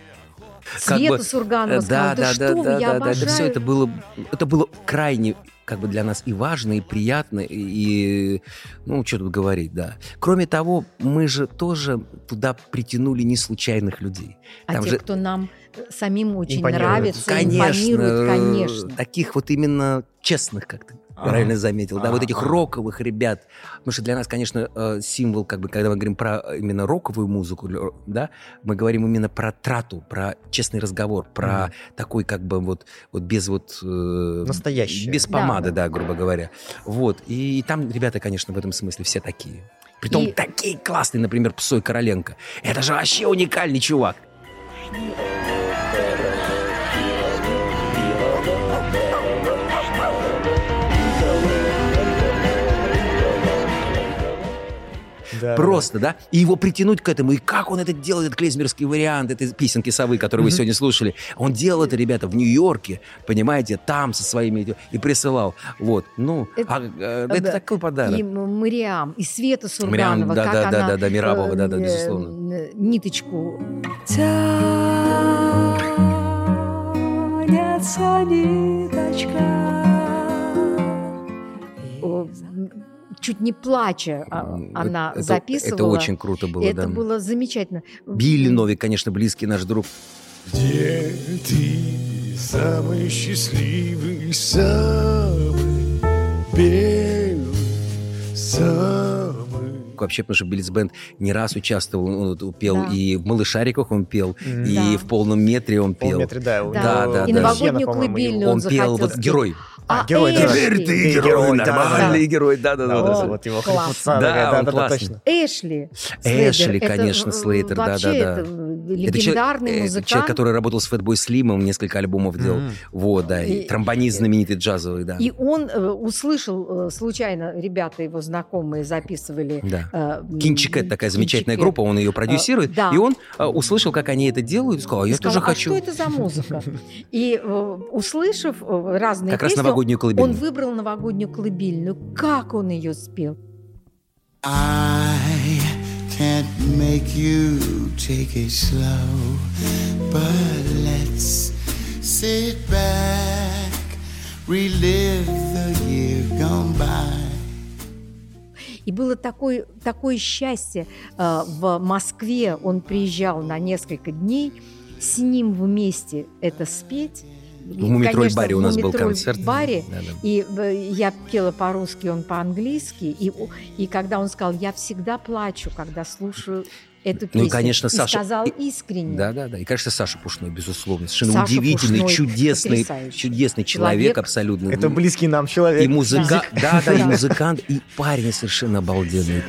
D: Как
C: Света
D: бы,
C: Сурганова
D: э,
C: сказала, да, что вы, я
D: да,
C: обожаю.
D: да, все это было, это было крайне как бы для нас и важно, и приятно, и, и, ну, что тут говорить, да. Кроме того, мы же тоже туда притянули не случайных людей.
C: А
D: Там
C: те,
D: же-
C: кто нам самим очень
A: Импонирует.
C: нравится,
D: Конечно,
C: импонирует, конечно.
D: таких вот именно честных, как ты
A: Ага.
D: правильно заметил, да, вот
A: Ага.
D: этих роковых ребят. Потому что для нас, конечно, э, символ, как бы, когда мы говорим про именно роковую музыку, лё- да, мы говорим именно про трату, про честный разговор, про
A: Мгм.
D: такой, как бы, вот, вот без вот... э,
A: Настоящее.
D: Без
C: Да,
D: помады,
C: да.
D: да, грубо говоря. Вот. И там ребята, конечно, в этом смысле все такие. Притом
C: И-
D: такие классные, например, Псой Короленко. Это же вообще уникальный чувак.
A: Да,
D: Просто, да? И его притянуть к этому. И как он это делает, этот клезмерский вариант этой песенки «Совы», которую вы сегодня слушали. Он делал это, ребята, в Нью-Йорке, понимаете, там со своими... И присылал. Вот. Ну,
C: Это-
D: а, э, это
C: Да.
D: такой подарок.
C: И Мариам, и Света Сурганова,
D: Мариам, да,
C: как
D: да, да,
C: она
D: да, да, Мирабова,
C: э,
D: да, да,
C: э,
D: безусловно.
C: э, ниточку.
H: Тянется ниточка.
C: О, чуть не плача а,
D: Вот
C: она
D: это-
C: записывала.
D: Это очень круто было,
C: Это
D: да.
C: было замечательно.
D: Билли Новик, конечно, близкий наш друг.
I: Где ты самый счастливый, самый белый, самый...
D: Вообще, потому что Биллис Бенд не раз участвовал, он вот пел
C: Да.
D: и в «Малышариках» он пел,
A: Мгм.
D: и
C: Да.
D: в «Полном метре» он
A: В
D: пел.
A: полметре, да. у
C: Да.
A: него
D: Да, да,
C: И
D: да.
C: новогоднюю
A: Сена, по-моему,
C: колыбельную
A: его-
C: он
D: Он пел
C: захотел
D: вот
C: спеть.
D: «Герой».
A: А, герой, да.
C: Эшли.
D: Теперь ты
A: Ты
D: герой,
A: герой, да,
D: нормальный герой, да-да-да.
C: О,
A: Вот,
D: да.
A: вот его
C: класс.
A: хрипутца,
D: Да,
A: да,
D: он
A: да, да,
D: классный.
A: точно.
C: Эшли.
D: Эшли,
C: Слейтер. Это,
D: конечно,
C: э,
D: Слейтер,
C: вообще
D: да-да-да.
C: это
D: Это человек-
C: легендарный
D: это
C: музыкант.
D: человек, который работал с Фэтбой Слимом, несколько альбомов делал.
A: Мгм.
D: Вот, да, и
C: И-
D: тромбонист знаменитый джазовый, да.
C: И он э, услышал, э, случайно ребята его знакомые записывали.
D: Да.
C: э,
D: Кинчик — это такая замечательная
C: Кинчик.
D: группа, он ее продюсирует,
C: А, да.
D: и он а, услышал, как они это делают, и сказал, а я
C: И сказал,
D: тоже
C: а
D: хочу.
C: что это за музыка? И э, услышав э, разные
D: Как раз
C: песни,
D: новогоднюю колыбельную.
C: он выбрал новогоднюю колыбельную. Как он ее спел?
K: I can't make you take it slow, but let's sit back, relive the year gone by.
C: И было такое, такое счастье. Э, В Москве он приезжал на несколько дней, с ним вместе это спеть.
D: В Мумитроль-баре у нас был концерт.
C: В баре.
D: Да-да.
C: И э, я пела по-русски, он по-английски. И, о- и когда он сказал, я всегда плачу, когда слушаю эту песню.
D: Ну и, конечно,
C: И
D: Саша-
C: сказал
D: и-
C: искренне.
D: Да, да, да. И, конечно, Саша Пушной, безусловно. Совершенно
C: Саша
D: удивительный,
C: Пушной,
D: чудесный,
C: потрясающий.
D: чудесный человек,
C: Человек.
D: абсолютно.
A: Это близкий нам человек.
D: И музыка, да, да, и
C: Да.
D: музыкант, и парень совершенно обалденный.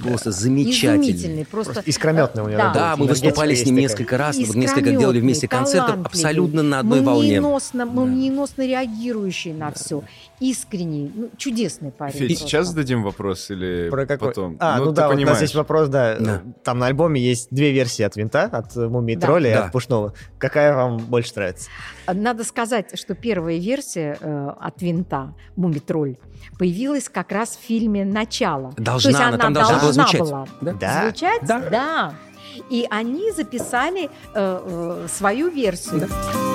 D: просто замечательный.
C: Изумительный, просто...
A: Просто искрометный у него.
C: Да,
D: Да, мы выступали с ним несколько раз, вот несколько делали вместе концертов, абсолютно на одной волне.
C: Молниеносно, молниеносно реагирующий на все. Искренний, ну, чудесный парень.
B: Федь, сейчас дадим вопрос или
A: Про какой?
B: потом?
A: А, ну,
B: ну
A: да,
B: ты
A: вот у
B: понимаешь.
A: нас есть вопрос, да.
D: Да.
A: Там на альбоме есть две версии от Винта, от Мумии
C: Да.
A: Тролля и
D: Да.
A: от Пушного. Какая вам больше нравится?
C: Надо сказать, что первая версия э, от Винта «Мумий-тролль» появилась как раз в фильме «Начало».
D: Должна,
C: То есть
D: она
C: она
D: там должна была звучать.
C: была
D: Да?
A: Да.
C: звучать,
D: Да.
C: да. И они записали э, э, свою версию.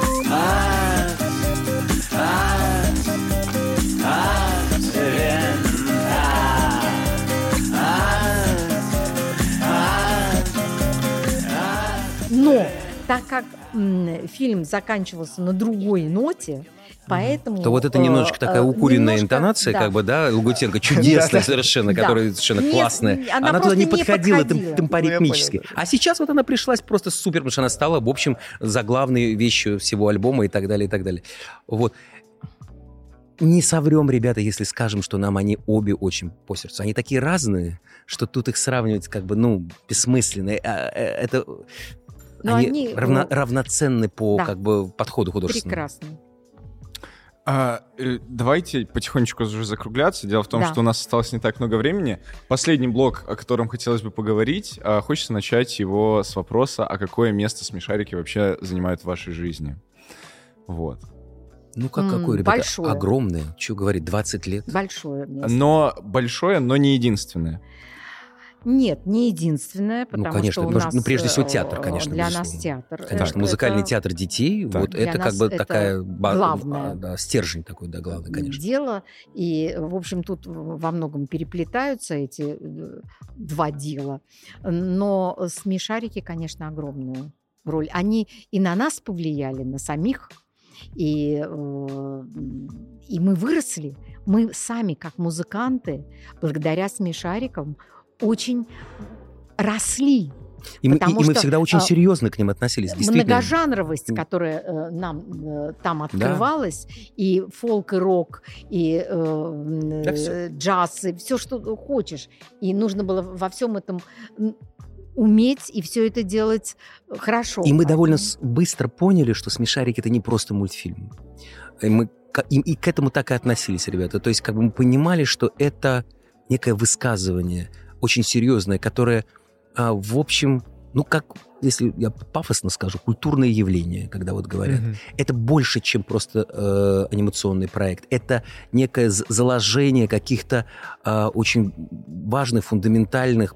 C: Но так как м, фильм заканчивался на другой ноте, поэтому...
D: То вот это
C: э,
D: немножечко такая
C: э,
D: укуренная
C: немножко,
D: интонация,
C: да.
D: как бы, да, Лагутенко, чудесная совершенно,
C: Да.
D: которая совершенно
C: Не-
D: классная.
C: она
D: Она туда
C: просто
D: не
C: не
D: подходила тем-
C: подходила.
D: темпоритмически.
A: Ну, я понял,
D: А сейчас вот она пришлась просто супер, потому что она стала, в общем, заглавной вещью всего альбома и так далее, и так далее. Вот. Не соврем, ребята, если скажем, что нам они обе очень по сердцу. Они такие разные, что тут их сравнивать как бы, ну, бессмысленно. А, э, Это...
C: Но
D: они
C: они,
D: равно-
C: э,
D: равноценны по
C: да.
D: как бы подходу художественному.
C: Прекрасно.
B: А, э, давайте потихонечку уже закругляться. Дело в том,
C: Да.
B: что у нас осталось не так много времени. Последний блок, о котором хотелось бы поговорить, а, хочется начать его с вопроса, а какое место смешарики вообще занимают в вашей жизни? Вот.
D: Ну, как
C: М,
D: какое, ребята?
C: большое.
D: Огромное. Что говорить, двадцать лет?
C: Большое место.
B: Но большое, но не единственное.
C: Нет, не единственное, потому
D: конечно,
C: что у
D: потому
C: нас...
D: что, ну, прежде всего,
C: э,
D: театр, конечно,
C: Для
D: безусловно.
C: нас театр.
D: Конечно,
C: э,
D: музыкальный
C: это
D: театр детей,
B: Так.
D: вот
C: Для
D: это
C: нас
D: как бы
C: это
D: такая... ба-
C: главное.
D: а, да, стержень такой, да, главный, конечно.
C: дело. И, в общем, тут во многом переплетаются эти э, два дела. Но смешарики, конечно, огромную роль. Они и на нас повлияли, на самих. И, э, и мы выросли. Мы сами, как музыканты, благодаря смешарикам, очень росли.
D: И мы, и-
C: Потому
D: и мы
C: что,
D: всегда очень
C: а,
D: серьезно к ним относились, действительно.
C: Многожанровость,
D: М.
C: которая э, нам э, там открывалась, и фолк, и рок, и э,
D: Да,
C: э,
D: всё.
C: джаз, и все, что хочешь. И нужно было во всем этом м, уметь и все это делать хорошо.
D: И мы довольно с- быстро поняли, что «Смешарики» — это не просто мультфильм. И мы к- и, и к этому так и относились, ребята. То есть как бы мы понимали, что это некое высказывание, очень серьезное, которое, а, в общем, ну как, если я пафосно скажу, культурное явление, когда вот говорят.
A: Мгм.
D: Это больше, чем просто э, анимационный проект. Это некое з- заложение каких-то э, очень важных, фундаментальных,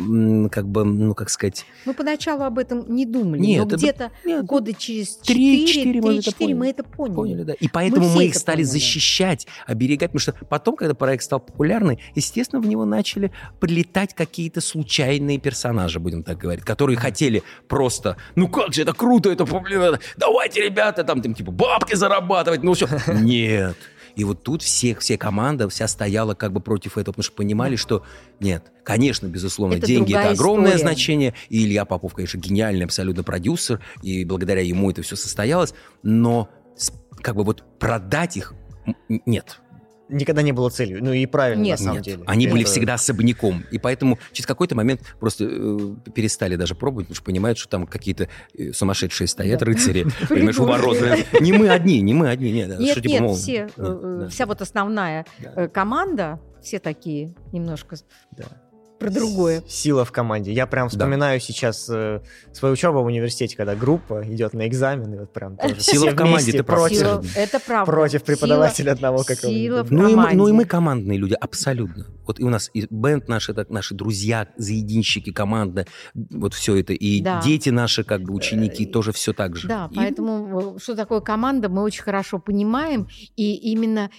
D: м, как бы, ну как сказать...
C: Мы поначалу об этом не думали,
D: Нет,
C: но
D: это-
C: где-то
D: нет,
C: года через
D: три-четыре мы это
C: четыре мы
D: поняли.
C: это поняли.
D: Поняли, да. И поэтому
C: все
D: мы, их
C: это
D: стали
C: поняли.
D: защищать, оберегать, потому что потом, когда проект стал популярный, естественно, в него начали прилетать какие-то случайные персонажи, будем так говорить, которые хотели просто, ну как же, это круто, это популярно, давайте, ребята, там, там типа бабки зарабатывать, ну все. Нет. И вот тут всех, вся команда вся стояла как бы против этого, потому что понимали, что нет, конечно, безусловно,
C: Это
D: деньги — это
C: другая
D: огромное
C: история.
D: значение, и Илья Попов, конечно, гениальный абсолютно продюсер, и благодаря ему это все состоялось, но с- как бы вот продать их м, нет.
A: Никогда не было целью. Ну и правильно,
C: Нет.
A: на самом
D: Нет.
A: деле.
D: Они были
A: Это-
D: всегда особняком. И поэтому через какой-то момент просто э, перестали даже пробовать, потому что понимают, что там какие-то э, сумасшедшие стоят
C: Да.
D: рыцари. Понимаешь, у ворот.
C: Придурки.
D: Не мы одни, не мы одни. Нет,
C: Нет,
D: что, типа,
C: нет,
D: мол,
C: все,
D: нет,
C: э,
D: да.
C: вся вот основная
D: Да.
C: э, команда, все такие немножко
A: Да.
C: про другое.
A: Сила в команде. Я прям
D: Да.
A: вспоминаю сейчас э, свою учебу в университете, когда группа идет на экзамены, вот прям тоже
D: Сила
A: все
D: в команде,
A: вместе
D: ты прав.
A: против,
C: Сила- это правда.
A: против преподавателя одного
C: Сила
A: какого-нибудь.
C: в
D: Ну и, мы,
C: команде.
D: ну и мы командные люди, абсолютно. Вот и у нас и бенд наш, это наши друзья, заединщики, команда, вот все это. И
C: Да.
D: дети наши, как бы ученики,
C: Э,
D: тоже все так же.
C: Да,
D: И-
C: поэтому э, что такое команда, мы очень хорошо понимаем, и именно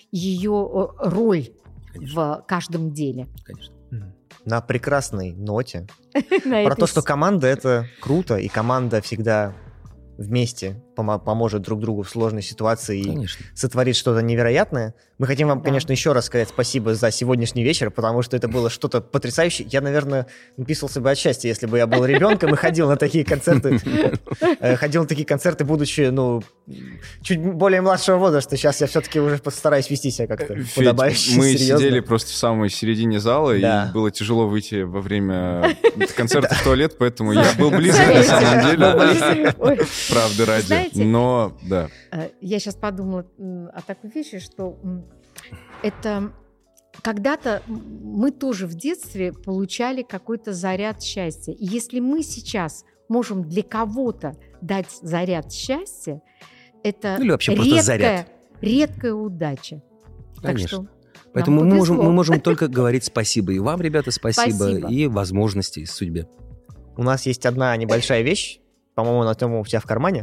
C: ее э, роль
D: Конечно.
C: в каждом деле.
D: Конечно.
A: На прекрасной ноте.
C: На
A: Про
C: этой
A: то, что
C: с-
A: команда — это круто, и команда всегда вместе помо- поможет друг другу в сложной ситуации
D: Конечно.
A: и сотворит что-то невероятное. Мы хотим вам,
C: Да.
A: конечно, еще раз сказать спасибо за сегодняшний вечер, потому что это было что-то потрясающее. Я, наверное, написался бы от счастья, если бы я был ребенком и ходил на такие концерты. Э, Ходил на такие концерты, будучи, ну, чуть более младшего возраста. Сейчас я все-таки уже постараюсь вести себя как-то
B: Федь,
A: подобающе,
B: мы
A: серьезно.
B: сидели просто в самой середине зала,
A: Да.
B: и было тяжело выйти во время концерта в туалет, поэтому я был близок на самом деле.
C: Ой.
B: Правды ради.
C: Знаете,
B: Но, да.
C: Э, Я сейчас подумала м, о такой вещи, что м, это когда-то м, мы тоже в детстве получали какой-то заряд счастья. И если мы сейчас можем для кого-то дать заряд счастья, это
D: Ну или вообще просто
C: редкая,
D: заряд.
C: редкая удача. Так
D: Конечно.
C: что нам
D: Поэтому мы можем,
C: повезло.
D: мы можем только говорить спасибо. И вам, ребята, спасибо.
C: Спасибо.
D: И возможностей судьбе.
A: У нас есть одна небольшая вещь, по-моему, на тему у тебя в кармане.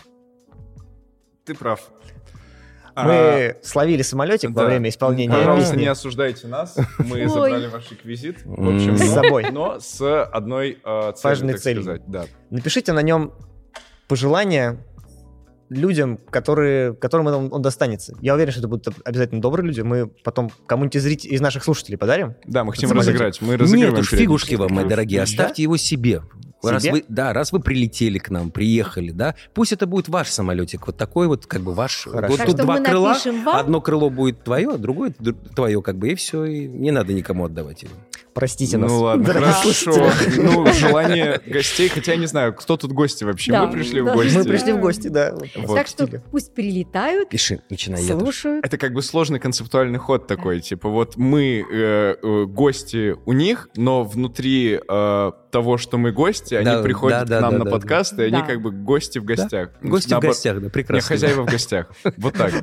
B: Ты прав.
A: Мы словили самолетик во
B: да.
A: время исполнения
B: Пожалуйста, не
A: песни.
B: осуждайте нас. Мы
C: Ой.
B: забрали ваш реквизит. В общем,
A: С
B: но-
A: собой.
B: но с одной э, целью,
A: Важной
B: так
A: целью.
B: сказать. Да.
A: Напишите на нем пожелания людям, которые, которым он, он достанется. Я уверен, что это будут обязательно добрые люди. Мы потом кому-нибудь из, зрителей, из наших слушателей подарим.
B: Да, мы хотим
A: Самолетик.
B: разыграть. Мы разыгрываем
D: Нет уж, фигушки
B: периодически.
D: вам, мои дорогие.
A: Да?
D: Оставьте его себе. Раз
A: Себе?
D: вы, да, раз вы прилетели к нам, приехали, да, пусть это будет ваш самолетик, вот такой вот, как бы ваш.
A: Хорошо.
D: Вот
C: Так
D: тут
C: что
D: два
C: мы
D: крыла,
C: напишем вам.
D: одно крыло будет твое, а другое д- твое, как бы, и все, и не надо никому отдавать его.
A: Простите нас.
B: Ну ладно,
A: дорогие
B: хорошо.
A: слушатели.
B: Ну, желание гостей, хотя я не знаю, кто тут гости вообще.
C: Да,
B: Мы пришли в
C: да.
B: гости.
A: Мы пришли в гости, да.
B: Вот.
C: Так что
A: Стиля.
C: пусть прилетают,
D: Пиши, начинай, я тоже.
C: слушают.
B: Это как бы сложный концептуальный ход такой, типа вот мы э, э, гости у них, но внутри э, того, что мы гости, они
D: Да,
B: приходят
D: да, да,
B: к нам
D: да,
B: на
D: да,
B: подкаст, и они
C: Да.
B: как бы гости в гостях.
D: Гости в
B: Наоборот-
D: гостях, да,
B: Не,
D: прекрасно.
B: хозяева в гостях. Вот так.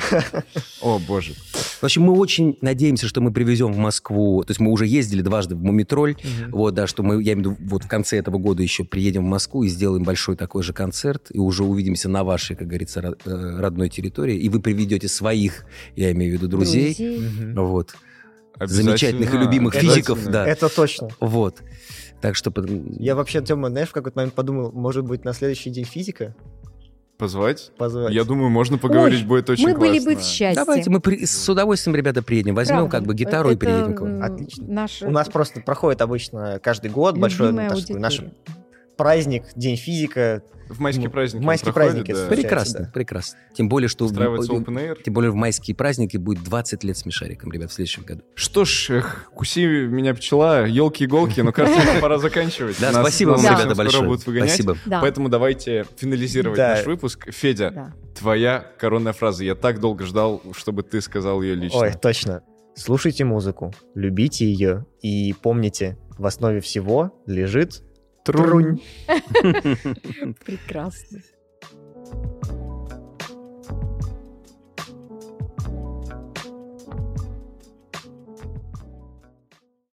B: О, боже.
D: В общем, мы очень надеемся, что мы привезем в Москву, то есть мы уже ездили дважды в Мумитроль, вот, да, что мы, я имею в виду, вот в конце этого года еще приедем в Москву и сделаем большой такой же концерт, и уже увидимся на вашей, как говорится, ро- э, родной территории, и вы приведете своих, я имею в виду, друзей,
C: Друзей.
D: вот,
B: Обязательно.
D: замечательных и любимых
B: Обязательно.
D: физиков, да,
A: Это точно.
D: вот. Так что... под-
A: Я вообще, Тёма, знаешь, в какой-то момент подумал, может быть, на следующий день физика
B: Позвать?
A: позвать.
B: Я думаю, можно поговорить,
C: Ой,
B: будет очень
C: мы были
B: классно.
C: бы в счастье.
D: Давайте мы при- с удовольствием, ребята, приедем, возьмем
C: Правда.
D: как бы гитару и
C: Это,
D: приедем к вам.
C: м,
A: Отлично.
C: Наш
A: У нас просто проходит обычно каждый год большой
C: любимая
A: ну, так сказать, наш
C: аудитория.
A: праздник, День физика.
B: В майские
A: Ну,
B: праздники
A: в майские
B: он проходит,
A: праздники,
B: да.
A: случается,
D: Прекрасно,
A: да.
D: прекрасно. Тем более, что...
B: Устраивается open air.
D: Тем более в майские праздники будет двадцать лет смешариком, ребят, в следующем году.
B: Что ж, эх, куси меня пчела, елки-иголки, но кажется, нам пора заканчивать.
D: Да,
B: Нас-
D: спасибо
B: нас
D: вам,
B: совсем
D: ребята,
B: скоро
D: большое.
B: будут выгонять.
D: Спасибо.
C: Да.
B: Поэтому давайте финализировать
A: Да.
B: наш выпуск. Федя,
C: Да.
B: твоя коронная фраза. Я так долго ждал, чтобы ты сказал ее лично.
A: Ой, точно. Слушайте музыку, любите ее и помните, в основе всего лежит трунь.
C: Прекрасно.